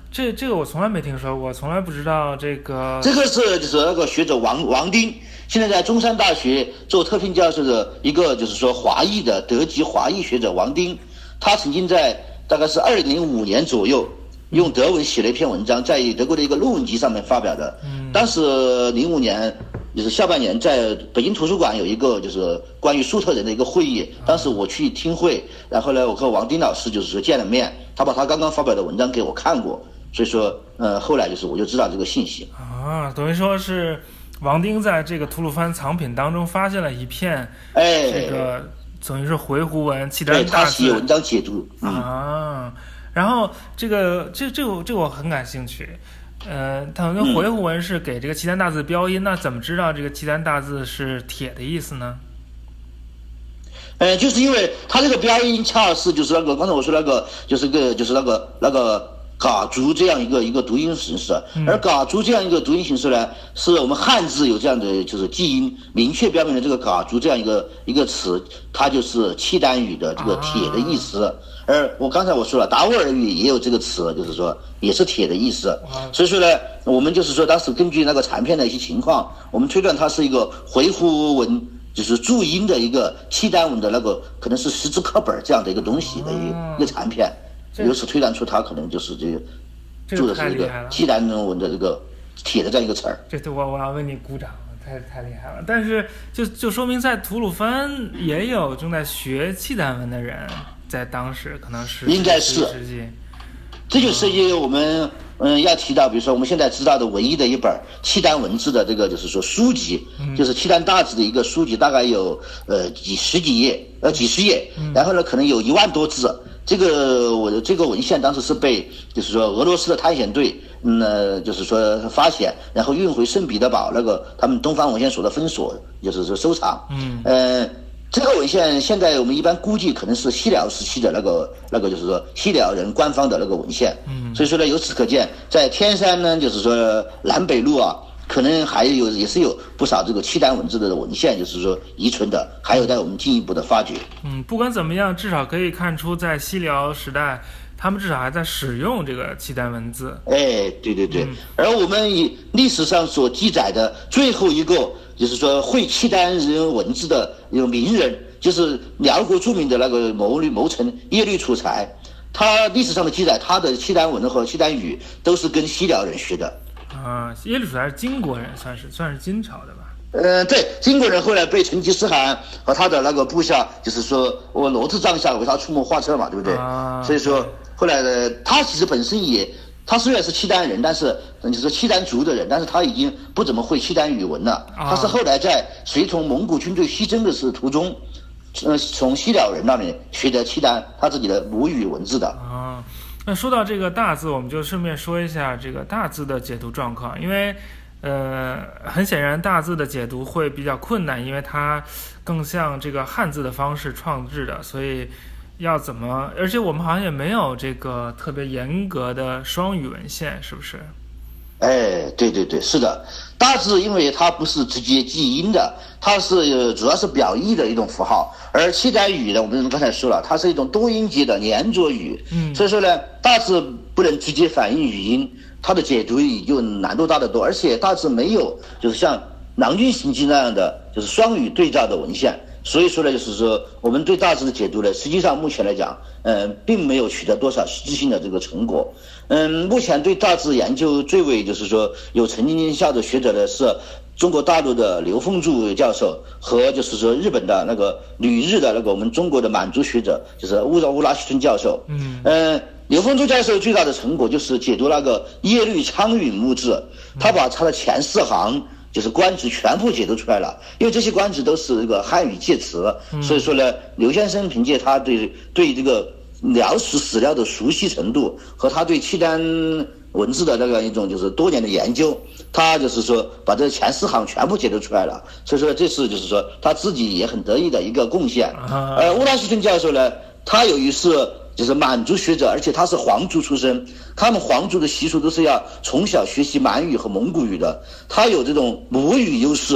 这这个我从来没听说过，从来不知道这个。 这个是就是那个学者王王丁，现在在中山大学做特聘教授的一个就是说华裔的德籍华裔学者王丁，他曾经在大概是二零零五年左右用德文写了一篇文章，在德国的一个论文集上面发表的。嗯，当时零五年就是下半年，在北京图书馆有一个就是关于粟特人的一个会议，当时我去听会，然后呢，我和王丁老师就是说见了面，他把他刚刚发表的文章给我看过，所以说，呃，后来就是我就知道这个信息啊，等于说是王丁在这个吐鲁番藏品当中发现了一片， 哎， 这个等于是回鹘文契丹大字， 他写文章解读、 嗯、啊。然后这个这这个这个我很感兴趣，呃，他们回鹘文是给这个契丹大字标音，嗯、那怎么知道这个契丹大字是铁的意思呢？ 呃，就是因为它这个标音恰好是就是那个刚才我说那个就是个就是那个那个嘎族这样一个一个读音形式，嗯、而嘎族这样一个读音形式呢，是我们汉字有这样的就是记音，明确标明了这个嘎族这样一个一个词，它就是契丹语的这个铁的意思。啊，而我刚才我说了，达斡尔语也有这个词，就是说也是铁的意思。所以说呢，我们就是说当时根据那个残片的一些情况，我们推断它是一个回鹘文，就是注音的一个契丹文的那个可能是识字课本这样的一个东西的一个、哦、一个残片，由此推断出它可能就是这个注的是一个契丹文的这个铁的这样一个词儿。 这我我要为你鼓掌。太太厉害了，但是就就说明在吐鲁番也有正在学契丹文的人，在当时可能是应该是，这就涉及我们嗯要提到，比如说我们现在知道的唯一的一本契丹文字的这个就是说书籍，嗯、就是契丹大字的一个书籍，大概有呃几十几页呃几十页，嗯、然后呢可能有一万多字。这个我的这个文献当时是被就是说俄罗斯的探险队，嗯、呃，就是说发现，然后运回圣彼得堡那个他们东方文献所的分所，就是说收藏。嗯，呃，这个文献现在我们一般估计可能是西辽时期的那个那个就是说西辽人官方的那个文献。嗯，所以说呢，由此可见，在天山呢，就是说南北路啊。可能还有也是有不少这个契丹文字的文献，就是说遗存的，还有待我们进一步的发掘。 嗯，不管怎么样，至少可以看出，在西辽时代，他们至少还在使用这个契丹文字。 哎，对对对。嗯、而我们以历史上所记载的最后一个，就是说会契丹人文字的有名人，就是辽国著名的那个谋律谋臣耶律楚材。他历史上的记载，他的契丹文和契丹语都是跟西辽人学的。 啊，耶律楚材是金国人，算是算是金朝的吧？ 呃，对，金国人后来被成吉思汗和他的那个部下，就是说我骡子帐下为他出谋划策嘛，对不对？啊，所以说后来呢，他其实本身也，他虽然是契丹人，但是就是契丹族的人，但是他已经不怎么会契丹语文了。啊、他是后来在随同蒙古军队西征的是途中，呃，从西辽人那里学的契丹他自己的母语文字的。 啊。那说到这个大字，我们就顺便说一下这个大字的解读状况，因为，呃，很显然大字的解读会比较困难，因为它更像这个汉字的方式创制的，所以要怎么？而且我们好像也没有这个特别严格的双语文献，是不是？ 哎，对对对，是的，大字因为它不是直接记音的，它是主要是表意的一种符号，而契丹语呢，我们刚才说了，它是一种多音节的连着语，嗯，所以说呢，大字不能直接反映语音，它的解读也就难度大得多，而且大字没有就是像《囊均行记》那样的就是双语对照的文献。所以说呢，就是说我们对大字的解读呢，实际上目前来讲，嗯、呃，并没有取得多少实质性的这个成果。嗯，目前对大字研究最为就是说有成绩名校的学者呢，是中国大陆的刘凤柱教授和就是说日本的那个旅日的那个我们中国的满族学者，就是乌拉乌拉希吞教授。嗯，呃，刘凤柱教授最大的成果就是解读那个耶律昌允木字，他把他的前四行。就是官职全部解读出来了，因为这些官职都是这个汉语介词，嗯、所以说呢，刘先生凭借他对对这个辽史史料的熟悉程度和他对契丹文字的那个一种就是多年的研究，他就是说把这前四行全部解读出来了，所以说这是就是说他自己也很得意的一个贡献。啊、呃，乌拉希吞教授呢，他由于是就是满族学者，而且他是皇族出身，他们皇族的习俗都是要从小学习满语和蒙古语的，他有这种母语优势，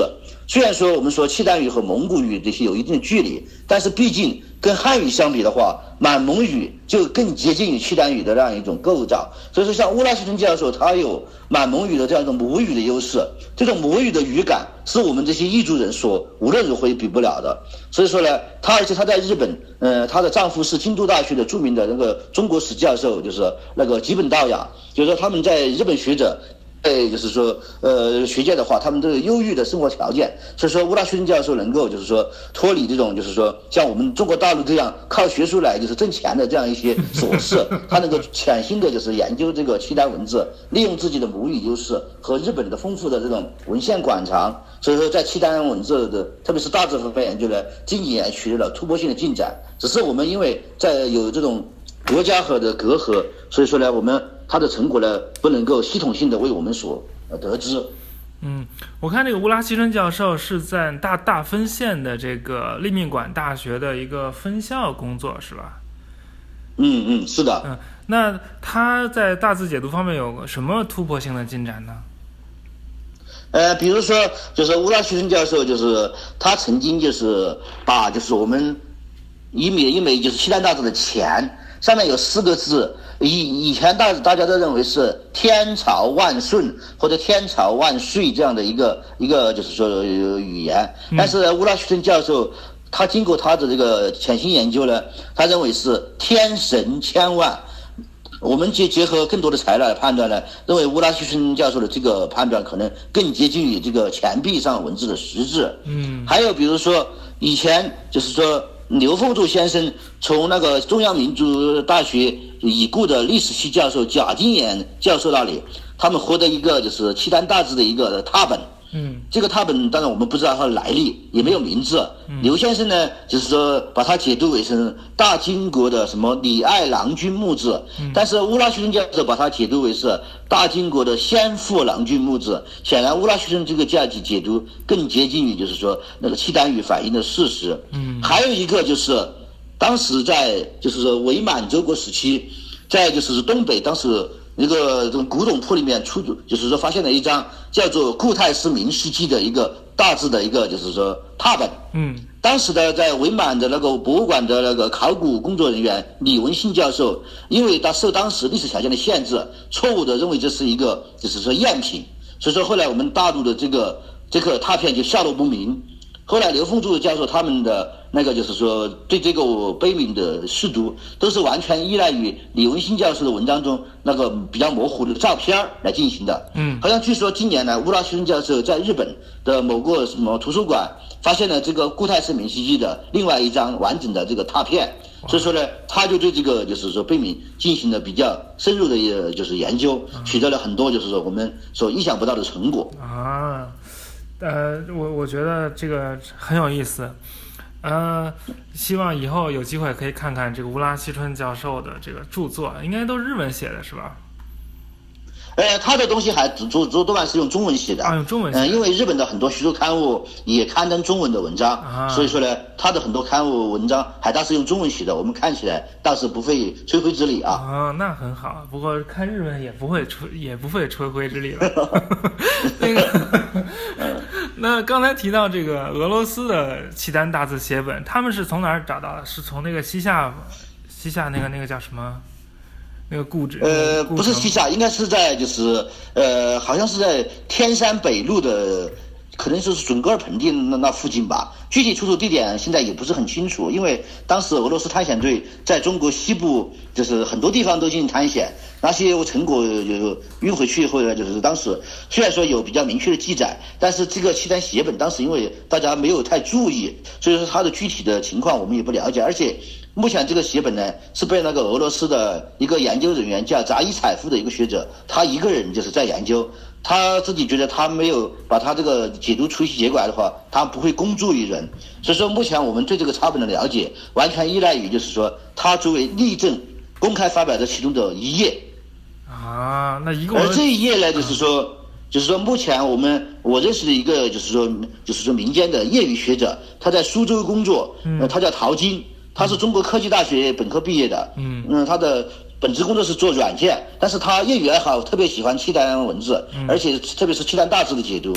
虽然说我们说契丹语和蒙古语这些有一定的距离，但是毕竟跟汉语相比的话，满蒙语就更接近于契丹语的这样一种构造。所以说像乌拉希春教授，他有满蒙语的这样一种母语的优势，这种母语的语感是我们这些异族人所无论如何也比不了的。所以说呢，他而且他在日本，呃，她的丈夫是京都大学的著名的那个中国史教授，就是那个吉本道雅，就是说他们在日本学者。哎，就是说，呃，学界的话，他们都有优越的生活条件，所以说乌拉希春教授能够就是说脱离这种就是说像我们中国大陆这样靠学术来就是挣钱的这样一些琐事，他能够潜心的就是研究这个契丹文字，利用自己的母语优势和日本的丰富的这种文献馆藏，所以说在契丹文字的特别是大字方面研究呢，近几年取得了突破性的进展。只是我们因为在有这种国家和的隔阂，所以说呢，我们它的成果呢不能够系统性的为我们所得知。 嗯，我看这个乌拉希春教授是在大大分县的这个立命馆大学的一个分校工作，是吧？ 嗯嗯，是的。 嗯，那他在大字解读方面有什么突破性的进展呢？ 呃，比如说，就是乌拉希春教授，就是他曾经就是把就是我们一枚一枚就是契丹大字的钱上面有四个字。以以前大大家都认为是天朝万顺或者天朝万岁这样的一个一个就是说语言，但是乌拉希春教授他经过他的这个潜心研究呢，他认为是天神千万。我们结结合更多的材料来判断呢，认为乌拉希春教授的这个判断可能更接近于这个钱币上文字的实质。 嗯， 还有比如说以前就是说。刘凤柱先生从那个中央民族大学已故的历史系教授贾金岩教授那里，他们获得一个就是契丹大字的一个拓本。 嗯，这个拓本当然我们不知道它的来历，也没有名字。嗯、刘先生呢，就是说把它解读为是大金国的什么李爱郎君墓志，嗯、但是乌拉希春教授把它解读为是大金国的先父郎君墓志。显然，乌拉希春这个价值解读更接近于就是说那个契丹语反映的事实。 嗯， 还有一个就是当时在就是说伪满洲国时期，在就是东北当时。一个这个古董铺里面出，就是说发现了一张叫做《固态师明世纪》的一个大致的一个就是说拓本。 嗯， 当时的在伪满的那个博物馆的那个考古工作人员李文信教授，因为他受当时历史条件的限制，错误的认为这是一个就是说赝品，所以说后来我们大陆的这个这个拓片就下落不明。后来刘凤柱教授他们的那个就是说对这个碑铭的试读，都是完全依赖于李文新教授的文章中那个比较模糊的照片来进行的。 嗯， 好像据说今年呢，乌拉希春教授在日本的某个什么图书馆发现了这个固态式明世纪的另外一张完整的这个拓片，所以说呢，他就对这个就是说碑铭进行了比较深入的就是研究，取得了很多就是说我们所意想不到的成果啊。呃，我我觉得这个很有意思，呃，希望以后有机会可以看看这个乌拉希春教授的这个著作，应该都是日文写的是吧？ 呃，他的东西还主主多半是用中文写的啊，用中文写的。 嗯、呃，因为日本的很多学术刊物也刊登中文的文章， 啊、 所以说呢，他的很多刊物文章还倒是用中文写的，我们看起来倒是不费吹灰之力啊。 啊，那很好。不过看日文也不会吹，也不费吹灰之力了。那个，那刚才提到这个俄罗斯的契丹大字写本，他们是从哪儿找到的？是从那个西夏，西夏那个那个叫什么？那个故址呃，不是西夏，应该是在就是呃，好像是在天山北路的，可能就是准噶尔盆地那那附近吧。具体出土地点现在也不是很清楚，因为当时俄罗斯探险队在中国西部就是很多地方都进行探险，那些成果就运回去以后呢，就是当时虽然说有比较明确的记载，但是这个契丹写本当时因为大家没有太注意，所以说它的具体的情况我们也不了解，而且。目前这个写本呢，是被那个俄罗斯的一个研究人员叫扎伊采夫的一个学者，他一个人就是在研究，他自己觉得他没有把他这个解读出一些结果来的话，他不会公诸于人。所以说，目前我们对这个抄本的了解，完全依赖于就是说，他作为例证公开发表的其中的一页。 啊，那一共。 而这一页呢，就是说。就是说，目前我们我认识的一个就是说，就是说民间的业余学者，他在苏州工作，呃，他叫陶金，他是中国科技大学本科毕业的， 嗯， 嗯，他的本职工作是做软件，但是他业余爱好特别喜欢契丹文字，而且特别是契丹大字的解读。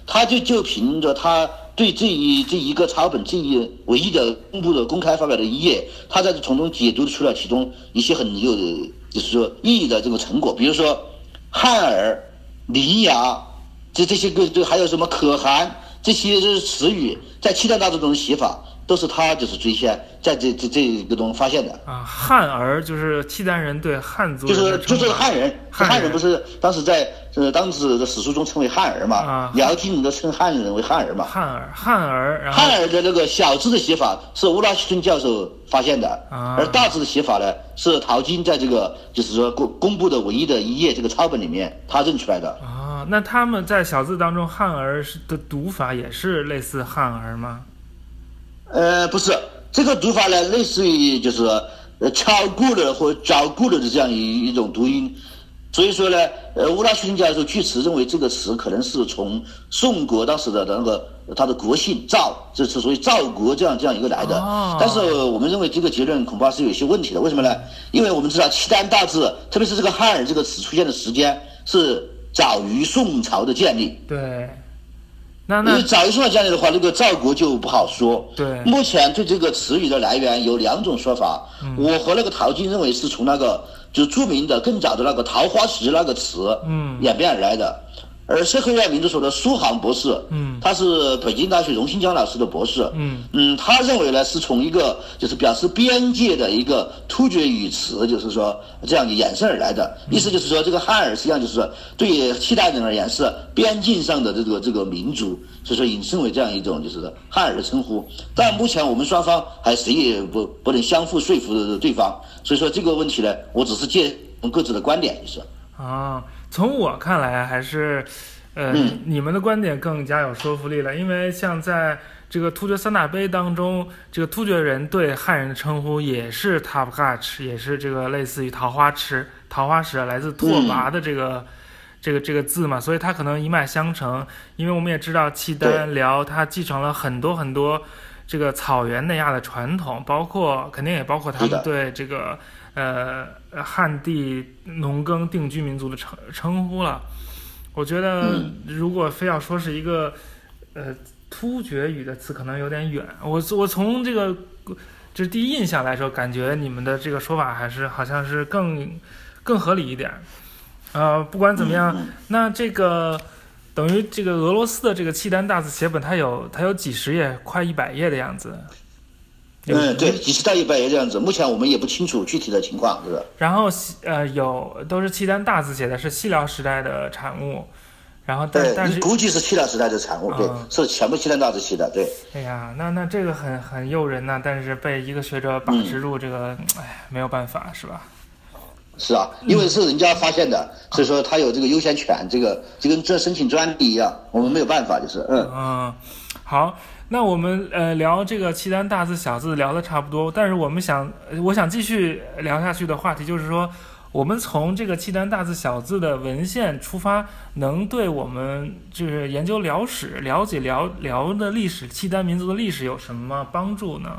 他就就凭着他对这一这一个草本这一唯一的公布的公开发表的一页，他在从中解读出了其中一些很有就是说意义的这个成果，比如说汉儿、伶牙，这这些个对，还有什么可汗这些词语，在契丹大字中的写法。都是他就是最先在这这这个中发现的啊。汉儿就是契丹人对汉族人，就是就是汉人， 汉人汉人不是当时在呃当时的史书中称为汉儿嘛？啊，辽金人都称汉人为汉儿嘛。 汉儿，汉儿，然后汉儿的那个小字的写法是乌拉希顿教授发现的， 啊， 而大字的写法呢是陶金在这个就是说公公布的唯一的一页这个抄本里面他认出来的。 啊，那他们在小字当中汉儿的读法也是类似汉儿吗？ 呃，不是，这个读法呢，类似于就是呃超过了或超过了的这样一一种读音，所以说呢，呃，乌拉希顿教授据此认为这个词可能是从宋国当时的那个他的国姓赵，这是属于赵国这样这样一个来的。 哦、 但是我们认为这个结论恐怕是有些问题的，为什么呢？因为我们知道契丹大字，特别是这个汉儿这个词出现的时间是早于宋朝的建立。 对。那那因为早于宋朝建立的话，那个赵国就不好说。 对， 目前对这个词语的来源有两种说法。嗯、我和那个陶金认为是从那个就是著名的更早的那个桃花石那个词，嗯，演变而来的。而社科院民族所的苏杭博士，嗯，他是北京大学荣新江老师的博士，嗯嗯，他认为呢是从一个就是表示边界的一个突厥语词，就是说这样衍生而来的，意思就是说这个汉儿实际上就是说对契丹人而言是边境上的这个这个民族，所以说引申为这样一种就是汉儿的称呼。但目前我们双方还谁也不不能相互说服对方，所以说这个问题呢，我只是借各自的观点就是。 啊，从我看来还是，呃，嗯、你们的观点更加有说服力了。因为像在这个突厥三大碑当中，这个突厥人对汉人的称呼也是 Tabgach， 也是这个类似于桃花池、桃花石，来自拓跋的这个、嗯、这个这个字嘛，所以它可能一脉相承。因为我们也知道契丹辽它继承了很多很多这个草原内亚的传统，包括肯定也包括他们对这个。呃，汉地农耕定居民族的称称呼了。我觉得如果非要说是一个呃突厥语的词，可能有点远。我我从这个就是第一印象来说，感觉你们的这个说法还是好像是更更合理一点。呃，不管怎么样，那这个等于这个俄罗斯的这个契丹大字写本，它有它有几十页，快一百页的样子。 嗯，对，几十到一百页这样子。目前我们也不清楚具体的情况，是吧？ 然后呃，有都是契丹大字写的，是西辽时代的产物。然后但但是估计是西辽时代的产物，对，嗯、是全部契丹大字写的，对。 哎呀，那那这个很很诱人呐、啊，但是被一个学者把持住，这个哎、嗯，没有办法，是吧？ 是啊，因为是人家发现的，嗯、所以说他有这个优先权，这个就跟这申请专利一样，我们没有办法，就是嗯嗯，好。那我们呃聊这个契丹大字小字聊得差不多，但是我们想我想继续聊下去的话题就是说，我们从这个契丹大字小字的文献出发，能对我们就是研究辽史、了解辽辽的历史、契丹民族的历史有什么帮助呢？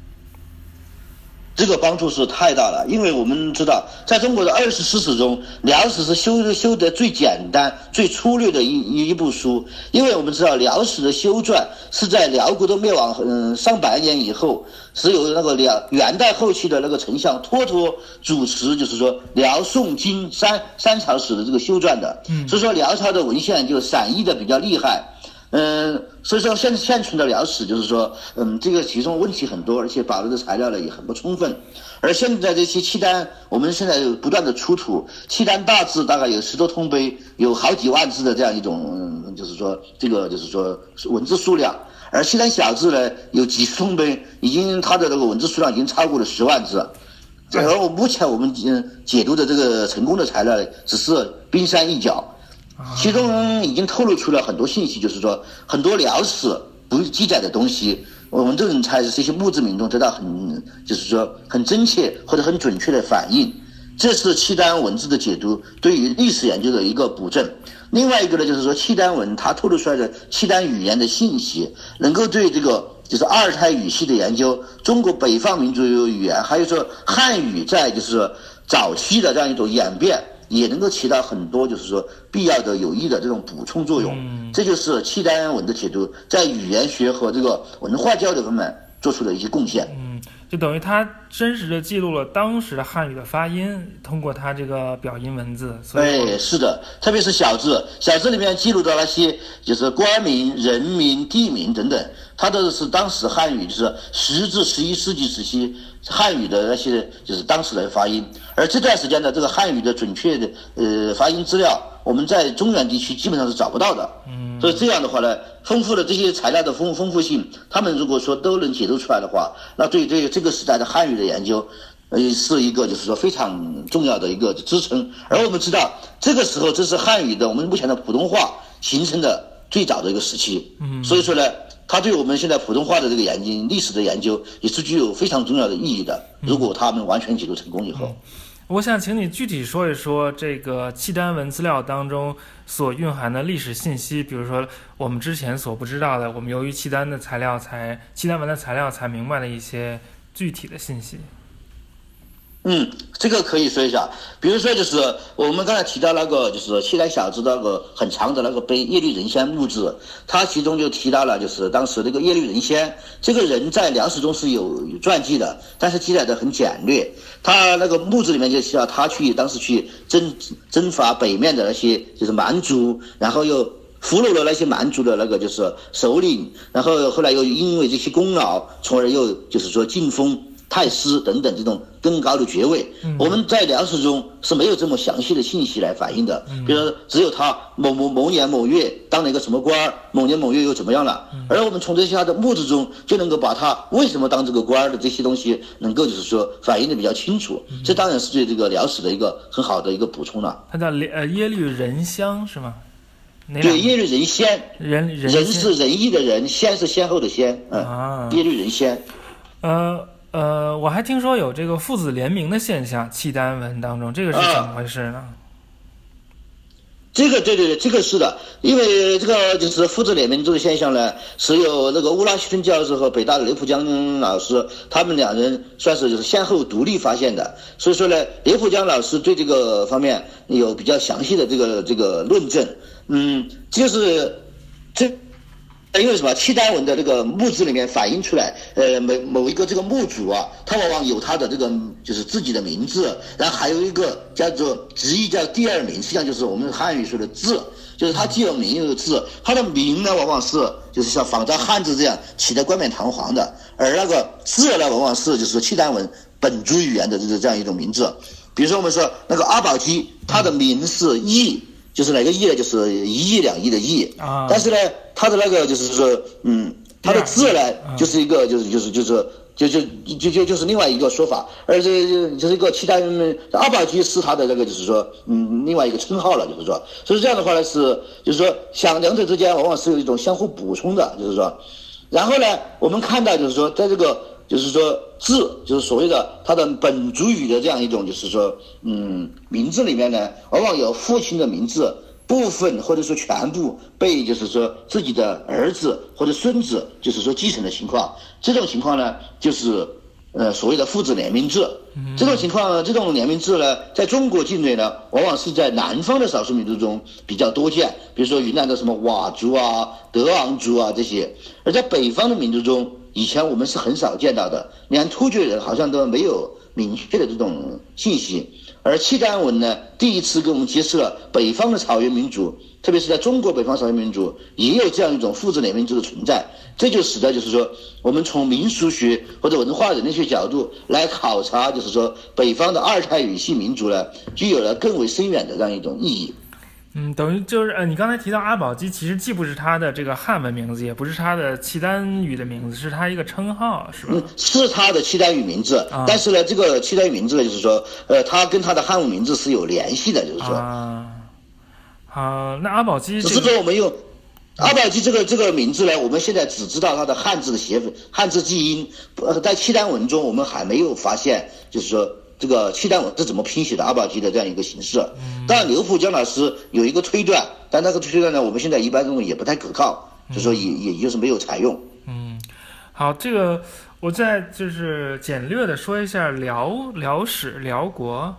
这个帮助是太大了，因为我们知道，在中国的二十四史中，辽史是修修得最简单、最粗略的一一一部书。因为我们知道，辽史的修撰是在辽国的灭亡嗯上百年以后，是由那个辽元代后期的那个丞相脱脱主持，就是说辽宋金三三朝史的这个修撰的。嗯，所以说辽朝的文献就散佚的比较厉害。嗯，所以说现现存的辽史就是说，嗯，这个其中问题很多，而且保留的材料呢也很不充分。而现在这些契丹，我们现在不断的出土契丹大字，大概有十多通碑，有好几万字的这样一种，嗯，就是说这个就是说文字数量。而契丹小字呢，有几十通碑，已经它的这个文字数量已经超过了十万字。而我目前我们解读的这个成功的材料呢，只是冰山一角。其中已经透露出了很多信息，就是说很多辽史不记载的东西，我们这种才是这些墓志铭中得到很就是说很真切或者很准确的反映。这是契丹文字的解读对于历史研究的一个补正。另外一个呢，就是说契丹文它透露出来的契丹语言的信息，能够对这个就是二胎语系的研究，中国北方民族语言，还有说汉语在就是早期的这样一种演变， 也能够起到很多就是说必要的有益的这种补充作用。 嗯、 这就是契丹文的解读在语言学和这个文化交流方面做出的一些贡献。 嗯，就等于它真实的记录了当时的汉语的发音，通过它这个表音文字。所以哎，是的，特别是小字，小字里面记录到那些就是官名、人名、地名等等，它都是当时汉语就是十至十一世纪时期汉语的那些就是当时的发音。而这段时间的这个汉语的准确的呃发音资料，我们在中原地区基本上是找不到的。嗯，所以这样的话呢，丰富的这些材料的丰丰富性，他们如果说都能解读出来的话，那对这个这个时代的汉语的研究，呃，是一个就是说非常重要的一个支撑。而我们知道，这个时候这是汉语的我们目前的普通话形成的最早的一个时期。嗯，所以说呢，它对我们现在普通话的这个研究、历史的研究也是具有非常重要的意义的。如果他们完全解读成功以后。 嗯，我想请你具体说一说这个契丹文资料当中所蕴含的历史信息，比如说我们之前所不知道的，我们由于契丹的材料才契丹文的材料才明白的一些具体的信息。 嗯，这个可以说一下，比如说就是我们刚才提到那个就是契丹小字那个很长的那个碑耶律仁先墓志，它其中就提到了就是当时那个耶律仁先这个人在辽史中是有有传记的，但是记载的很简略。他那个墓志里面就提到他去当时去征征伐北面的那些就是蛮族，然后又俘虏了那些蛮族的那个就是首领，然后后来又因为这些功劳，从而又就是说晋封太师等等这种更高的爵位。嗯、我们在辽史中是没有这么详细的信息来反映的，比如说只有他某某某年某月当了一个什么官，某年某月又怎么样了。嗯、而我们从这些他的墓志中就能够把他为什么当这个官的这些东西能够就是说反映的比较清楚。嗯、这当然是对这个辽史的一个很好的一个补充了。 他叫呃耶律仁香是吗？ 对，耶律仁先， 人人人是仁义的人，先是先后的先，嗯，啊、耶律仁先。 呃。呃，我还听说有这个父子联名的现象，契丹文当中，这个是怎么回事呢？啊、 这个对对对，这个是的，因为这个就是父子联名这个现象呢，是由那个乌拉希吞教授和北大的刘浦江老师，他们两人算是就是先后独立发现的。所以说呢，刘浦江老师对这个方面有比较详细的这个这个论证。嗯，就是这。因为什么？契丹文的这个墓志里面反映出来，呃，某某一个这个墓主啊，他往往有他的这个就是自己的名字，然后还有一个叫做直译叫第二名，实际上就是我们汉语说的字，就是他既有名又有字。他的名呢，往往是就是像仿照汉字这样起得冠冕堂皇的，而那个字呢，往往是就是契丹文本族语言的这个这样一种名字。比如说我们说那个阿保机，他的名是义。就是哪个亿呢？就是一亿两亿的亿啊！但是呢，它的那个就是说，嗯，它的字呢，就是一个就是就是就是就就就就就是另外一个说法，而且就是一个契丹阿保机是他的那个就是说，嗯，另外一个称号了，就是说，所以这样的话呢是就是说，像两者之间往往是有一种相互补充的，就是说，然后呢，我们看到就是说，在这个。就是说字就是所谓的它的本族语的这样一种就是说嗯名字里面呢，往往有父亲的名字部分或者说全部被就是说自己的儿子或者孙子就是说继承的情况，这种情况呢就是呃所谓的父子联名制。这种情况这种联名制呢，在中国境内呢，往往是在南方的少数民族中比较多见，比如说云南的什么佤族啊、德昂族啊这些，而在北方的民族中。以前我们是很少见到的，连突厥人好像都没有明确的这种信息。而契丹文呢，第一次给我们揭示了北方的草原民族，特别是在中国北方草原民族也有这样一种父子联名制的存在。这就使得就是说，我们从民俗学或者文化人类学角度来考察，就是说北方的二胎语系民族呢，具有了更为深远的这样一种意义。 嗯，等于就是呃，你刚才提到阿保机，其实既不是他的这个汉文名字，也不是他的契丹语的名字，是他一个称号，是吧？嗯， 是他的契丹语名字，啊、但是呢，这个契丹语名字呢，就是说，呃，他跟他的汉文名字是有联系的，就是说。 啊，好，那阿保机、这个，只是说我们用阿保机这个这个名字呢，我们现在只知道它的汉字的写法、汉字记音，呃，在契丹文中我们还没有发现，就是说。这个契丹文是怎么拼写的阿保机的这样一个形式？当然，刘浦江老师有一个推断，但那个推断呢，我们现在一般认为也不太可靠，就说也也就是没有采用。 嗯，好，这个我再就是简略的说一下辽辽史辽国，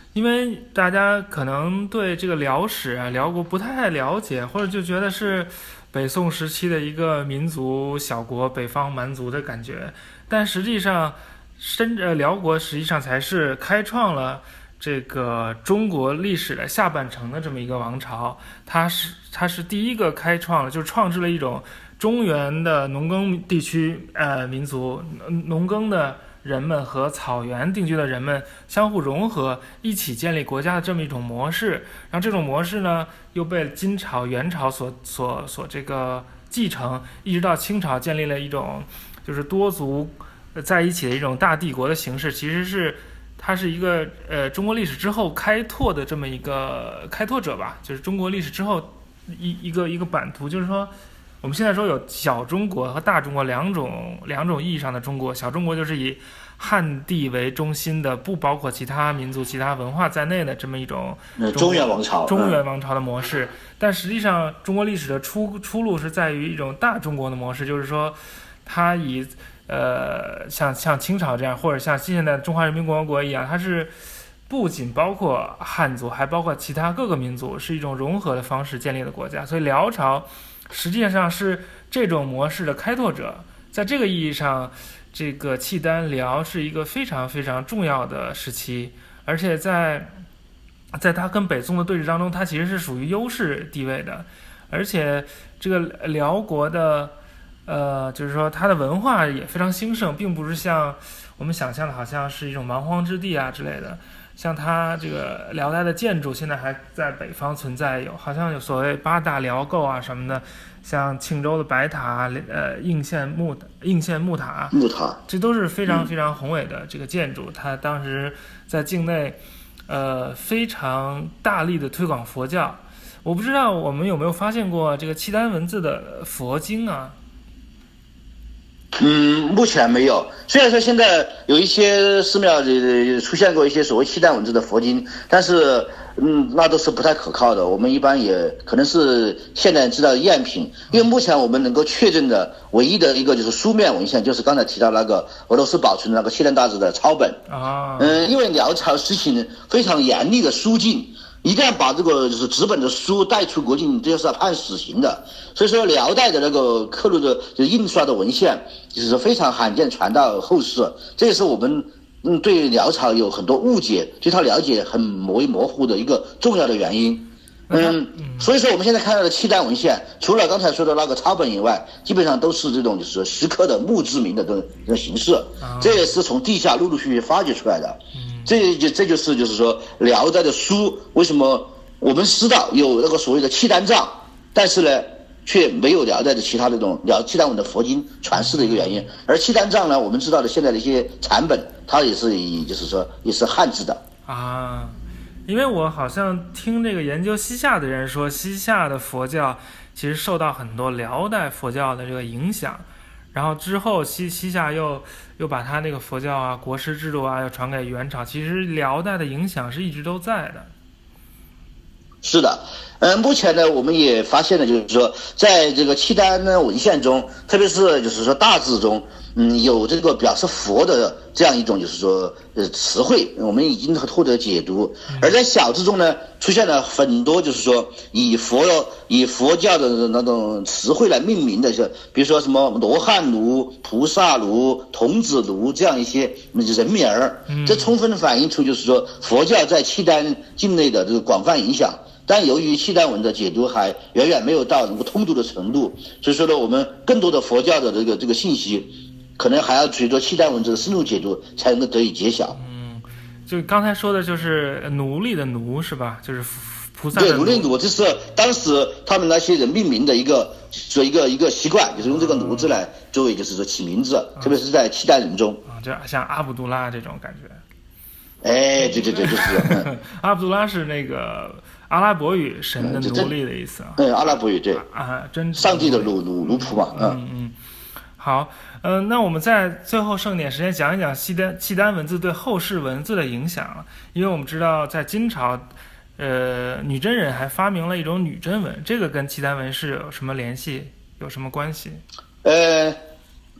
因为大家可能对这个辽史啊、辽国不太了解，或者就觉得是北宋时期的一个民族小国、北方蛮族的感觉，但实际上，深呃辽国实际上才是开创了这个中国历史的下半程的这么一个王朝。它是它是第一个开创了，就是创制了一种中原的农耕地区呃民族，农耕的人们和草原定居的人们相互融合，一起建立国家的这么一种模式。然后这种模式呢，又被金朝、元朝所所所这个继承，一直到清朝建立了一种就是多族在一起的一种大帝国的形式。其实是它是一个呃中国历史之后开拓的这么一个开拓者吧，就是中国历史之后一一个一个版图。就是说我们现在说有小中国和大中国两种两种意义上的中国。小中国就是以汉地为中心的，不包括其他民族、其他文化在内的这么一种中原王朝、 中原王朝的模式。但实际上，中国历史的出出路是在于一种大中国的模式，就是说，它以呃像像清朝这样，或者像现在的中华人民共和国一样，它是不仅包括汉族，还包括其他各个民族，是一种融合的方式建立的国家。所以辽朝实际上是这种模式的开拓者。在这个意义上，这个契丹辽是一个非常非常重要的时期，而且在在它跟北宋的对峙当中，它其实是属于优势地位的。而且这个辽国的呃，就是说它的文化也非常兴盛，并不是像我们想象的好像是一种蛮荒之地啊之类的。像它这个辽代的建筑现在还在北方存在，有好像有所谓八大辽构啊什么的，像庆州的白塔、呃应县木应县木塔， 木塔， 这都是非常非常宏伟的这个建筑。它当时在境内，呃非常大力的推广佛教。我不知道我们有没有发现过这个契丹文字的佛经啊？ 嗯，目前没有。虽然说现在有一些寺庙里出现过一些所谓契丹文字的佛经，但是嗯，那都是不太可靠的。我们一般也可能是现代人知道的赝品，因为目前我们能够确认的唯一的一个就是书面文献，就是刚才提到那个俄罗斯保存的那个契丹大字的抄本啊。 嗯，因为辽朝实行非常严厉的书禁。一旦把这个就是纸本的书带出国境，这就是要判死刑的。所以说，辽代的那个刻录的、就是印刷的文献，就是非常罕见传到后世。这也是我们嗯对辽朝有很多误解、对它了解很为模糊的一个重要的原因。嗯，所以说我们现在看到的契丹文献，除了刚才说的那个抄本以外，基本上都是这种就是石刻的墓志铭的这种这种形式。这也是从地下陆陆续续发掘出来的。这就这就是就是说辽代的书为什么我们知道有那个所谓的契丹藏，但是呢却没有辽代的其他那种辽契丹文的佛经传世的一个原因。而契丹藏呢，我们知道的现在的一些产本，它也是以就是说也是汉字的啊。因为我好像听这个研究西夏的人说，西夏的佛教其实受到很多辽代佛教的这个影响。然后之后西西夏又又把他那个佛教啊、国师制度啊，又传给元朝。其实辽代的影响是一直都在的。 是的，嗯，目前呢，我们也发现了，就是说，在这个契丹呢文献中，特别是就是说大字中，嗯，有这个表示佛的这样一种就是说呃词汇，我们已经获得解读。而在小字中呢，出现了很多就是说以佛以佛教的那种词汇来命名的，就比如说什么罗汉炉、菩萨炉、童子炉这样一些人名儿，这充分反映出就是说佛教在契丹境内的这个广泛影响。但由于契丹文的解读还远远没有到能够通读的程度，所以说呢，我们更多的佛教的这个这个信息，可能还要随着契丹文字的深入解读才能够得以揭晓。 嗯，就刚才说的就是奴隶的奴是吧？就是菩萨的对，奴隶奴，这是当时他们那些人命名的一个说一个一个习惯，就是用这个奴字来作为就是说起名字，嗯、特别是在契丹人中啊，就像阿卜杜拉这种感觉。 哎，对对对，就是、 嗯、阿卜杜拉是那个阿拉伯语神的奴隶的意思啊。 嗯，阿拉伯语对啊，真上帝的奴奴奴仆嘛。 嗯嗯，好，嗯、呃，那我们在最后剩点时间讲一讲契丹契丹文字对后世文字的影响，因为我们知道在金朝，呃，女真人还发明了一种女真文，这个跟契丹文是有什么联系，有什么关系？ 呃。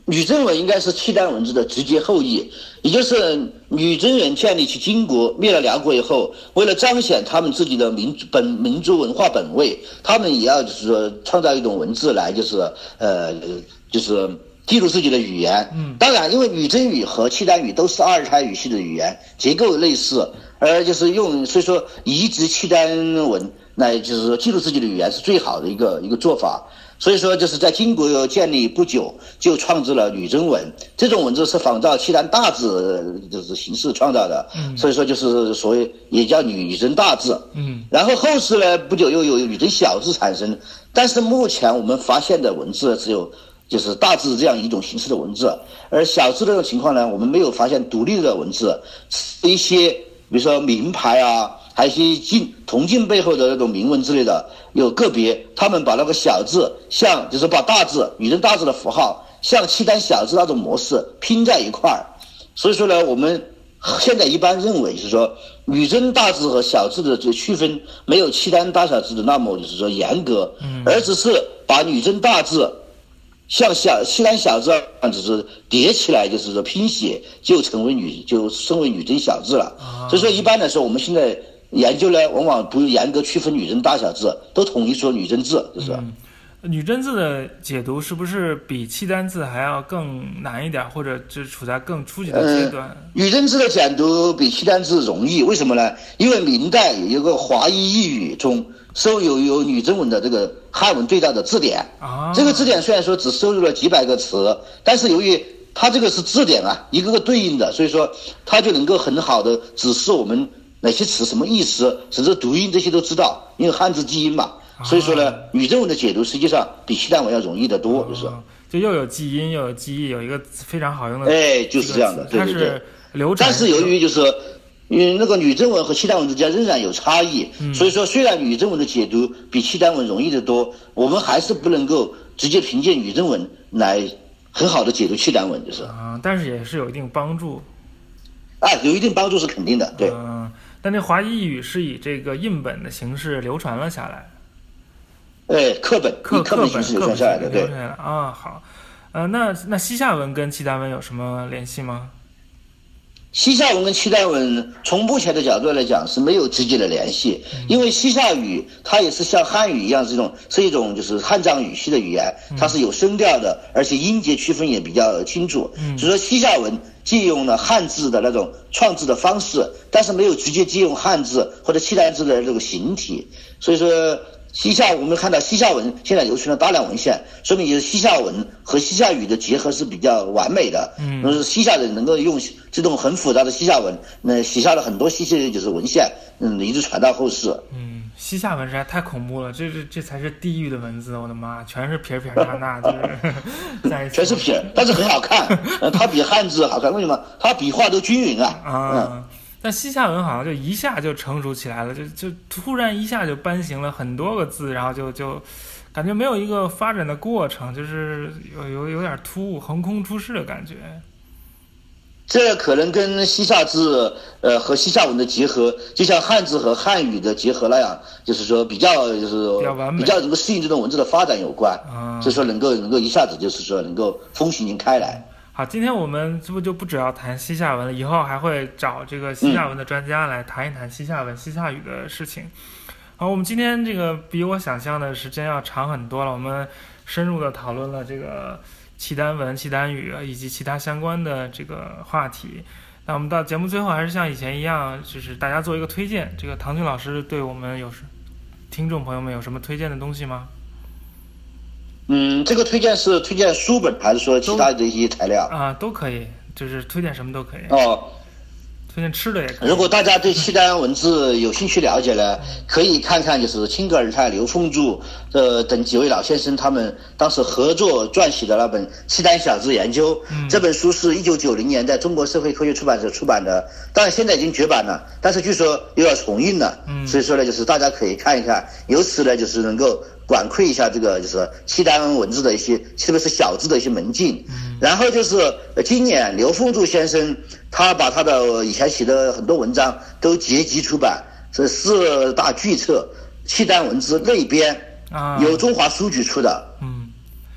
女真文应该是契丹文字的直接后裔，也就是女真人建立起金国，灭了辽国以后，为了彰显他们自己的民本民族文化本位，他们也要就是说创造一种文字来，就是呃就是记录自己的语言。嗯，当然，因为女真语和契丹语都是二胎语系的语言，结构类似，而就是用所以说移植契丹文来就是说记录自己的语言是最好的一个一个做法。所以说，就是在金国建立不久，就创制了女真文。这种文字是仿照契丹大字就是形式创造的，嗯，所以说就是所谓也叫女真大字。嗯，然后后世呢，不久又有女真小字产生。但是目前我们发现的文字只有就是大字这样一种形式的文字，而小字这种情况呢，我们没有发现独立的文字，一些比如说名牌啊。还有一些晋铜镜背后的那种铭文之类的，有个别他们把那个小字像就是把大字女真大字的符号像契丹小字那种模式拼在一块儿，所以说呢，我们现在一般认为就是说女真大字和小字的这个区分没有契丹大小字的那么就是说严格，而只是把女真大字像小契丹小字只是叠起来，就是说拼写就成为女就称为女真小字了。所以说一般来说我们现在研究呢，往往不严格区分女真大小字，都统一说女真字，就是。 嗯，女真字的解读是不是比契丹字还要更难一点，或者就处在更初级的阶段？ 呃、女真字的解读比契丹字容易，为什么呢？因为明代有一个华夷译语中收有有女真文的这个汉文对照的字典。啊，这个字典虽然说只收录了几百个词，但是由于它这个是字典啊，一个个对应的，所以说它就能够很好的指示我们哪些词什么意思，甚至读音这些都知道，因为汉字记音嘛。所以说呢，女真文的解读实际上比契丹文要容易得多，就是。 就又有记音又有记忆，有一个非常好用的。 哎，就是这样的，对对对。 它是流传。 但是由于就是，嗯，那个女真文和契丹文之间仍然有差异，嗯、所以说虽然女真文的解读比契丹文容易得多，我们还是不能够直接凭借女真文来很好的解读契丹文，就是。 啊，但是也是有一定帮助。 啊，有一定帮助是肯定的，对。 嗯，但这华夷语是以这个印本的形式流传了下来。 哎，课本以课本形式流传下来的，对。 啊，好，呃，那那西夏文跟契丹文有什么联系吗？ 西夏文跟契丹文从目前的角度来讲是没有直接的联系，嗯、因为西夏语它也是像汉语一样，这种是一种就是汉藏语系的语言，它是有声调的，而且音节区分也比较清楚。嗯，所以说西夏文借用了汉字的那种创制的方式，但是没有直接借用汉字或者契丹字的这个形体，所以说。西夏我们看到西夏文现在流传了大量文献，说明就是西夏文和西夏语的结合是比较完美的。嗯，就是西夏人能够用这种很复杂的西夏文，那写下了很多西夏就是文献，嗯，一直传到后世。 嗯，西夏文实在太恐怖了，这这这才是地狱的文字，我的妈，全是撇撇捺捺，就是在全是撇，但是很好看，呃，它比汉字好看，为什么？它笔画都均匀啊。 啊。嗯，但西夏文好像就一下就成熟起来了，就就突然一下就颁行了很多个字，然后就就感觉没有一个发展的过程，就是有有有点突兀，横空出世的感觉。 这可能跟西夏字呃和西夏文的结合，就像汉字和汉语的结合那样，就是说比较就是比较完美， 比较能够适应这种文字的发展有关，嗯、所以说能够能够一下子就是说能够风行开来。 好，今天我们这不就不只要谈西夏文了，以后还会找这个西夏文的专家来谈一谈西夏文、西夏语的事情。好，我们今天这个比我想象的时间要长很多了，我们深入的讨论了这个契丹文、契丹语以及其他相关的这个话题。那我们到节目最后还是像以前一样，就是大家做一个推荐。这个唐军老师对我们有听众朋友们有什么推荐的东西吗？ 嗯，这个推荐是推荐书本还是说其他的一些材料啊？都可以，就是推荐什么都可以。 哦， 推荐吃的也可以。 如果大家对契丹文字有兴趣了解呢，可以看看就是青格尔泰、刘凤柱呃等几位老先生他们当时合作撰写的那本《契丹小字研究》。嗯，这本书是一九九零年在中国社会科学出版社出版的，当然现在已经绝版了，但是据说又要重印了。嗯，所以说呢，就是大家可以看一看，由此呢就是能够管窥一下这个就是契丹文字的一些，特别是小字的一些门径。嗯，然后就是今年刘凤柱先生他把他的以前写的很多文章都结集出版，是四大巨册《契丹文字类编》，啊，由中华书局出的。 嗯，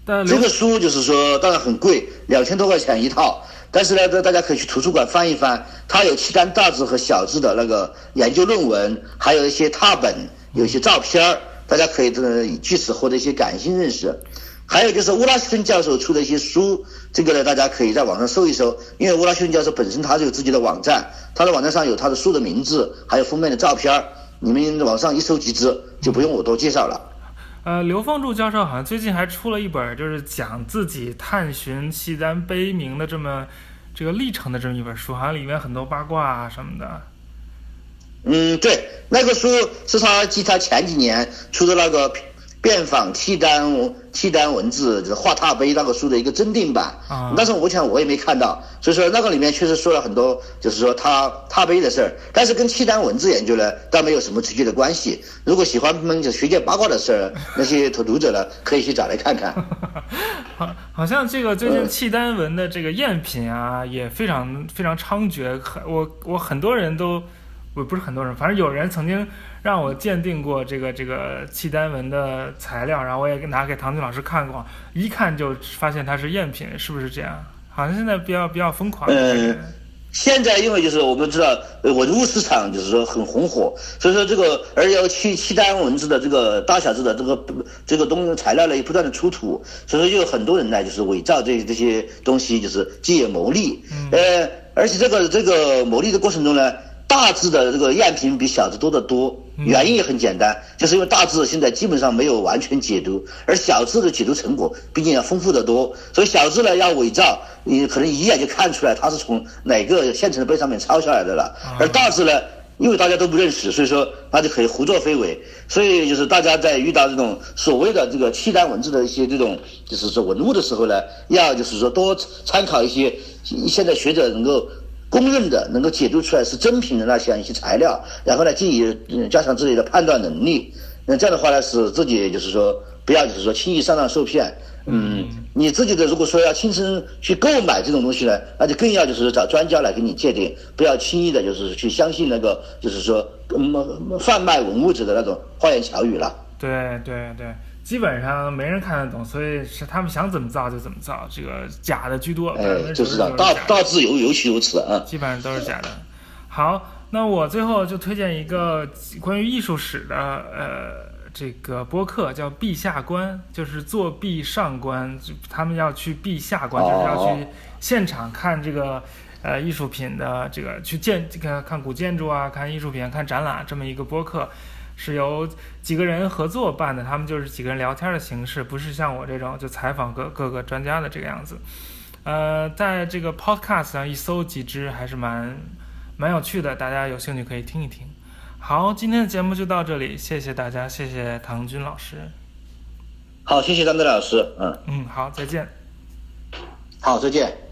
这个书就是说当然很贵，两千多块钱一套，但是呢大家可以去图书馆翻一翻，它有契丹大字和小字的那个研究论文，还有一些拓本，有一些照片，大家可以据此获得一些感性认识。还有就是乌拉希顿教授出的一些书，这个呢大家可以在网上搜一搜，因为乌拉希顿教授本身他就有自己的网站，他的网站上有他的书的名字，还有封面的照片，你们网上一搜即知，就不用我多介绍了。 呃，刘凤柱教授好像最近还出了一本，就是讲自己探寻契丹碑铭的这么这个历程的这么一本书，好像里面很多八卦啊什么的。 嗯，对，那个书是他继他前几年出的那个遍访契丹契丹文字就是画拓碑那个书的一个增订版，啊、但是我想我也没看到，所以说那个里面确实说了很多，就是说他拓碑的事儿，但是跟契丹文字研究呢，倒没有什么直接的关系。如果喜欢们就学界八卦的事儿，那些读者呢，可以去找来看看。 好，好像这个最近契丹文的这个赝品啊，也非常非常猖獗，我我很多人都。不不是很多人，反正有人曾经让我鉴定过这个这个契丹文的材料，然后我也拿给唐军老师看过，一看就发现它是赝品，是不是这样？好像现在比较比较疯狂。 嗯，现在因为就是我们知道文物市场就是说很红火，所以说这个而有契契丹文字的这个大小字的这个这个东材料呢也不断的出土，所以说就有很多人呢就是伪造这这些东西，就是借以牟利。嗯、呃，而且这个这个牟利的过程中呢。大字的这个赝品比小字多得多，原因也很简单，就是因为大字现在基本上没有完全解读，而小字的解读成果毕竟要丰富得多，所以小字呢要伪造，你可能一眼就看出来它是从哪个现成的碑上面抄下来的了，而大字呢，因为大家都不认识，所以说它就可以胡作非为，所以就是大家在遇到这种所谓的这个契丹文字的一些这种就是说文物的时候呢，要就是说多参考一些现在学者能够公认的能够解读出来是真品的那些一些材料，然后呢进以加强自己的判断能力。那这样的话呢，使自己就是说不要就是说轻易上当受骗。嗯，你自己的如果说要亲身去购买这种东西呢，那就更要就是找专家来给你鉴定，不要轻易的就是去相信那个就是说嗯贩卖文物者的那种花言巧语了。 对对对。基本上没人看得懂，所以是他们想怎么造就怎么造，这个假的居多。 哎，就是的，大大致尤尤其如此啊， 基本上都是假的。好，那我最后就推荐一个关于艺术史的呃这个播客，叫陛下观，就是做壁上观，他们要去壁下观，就是要去现场看这个呃艺术品的这个去见这个看古建筑啊，看艺术品，看展览这么一个播客。是由几个人合作办的，他们就是几个人聊天的形式，不是像我这种就采访各各个专家的这个样子。呃，在这个 podcast 上一搜即知，还是蛮蛮有趣的，大家有兴趣可以听一听。好，今天的节目就到这里，谢谢大家，谢谢唐军老师。 好，谢谢张德老师，嗯嗯，好，再见。 好，再见。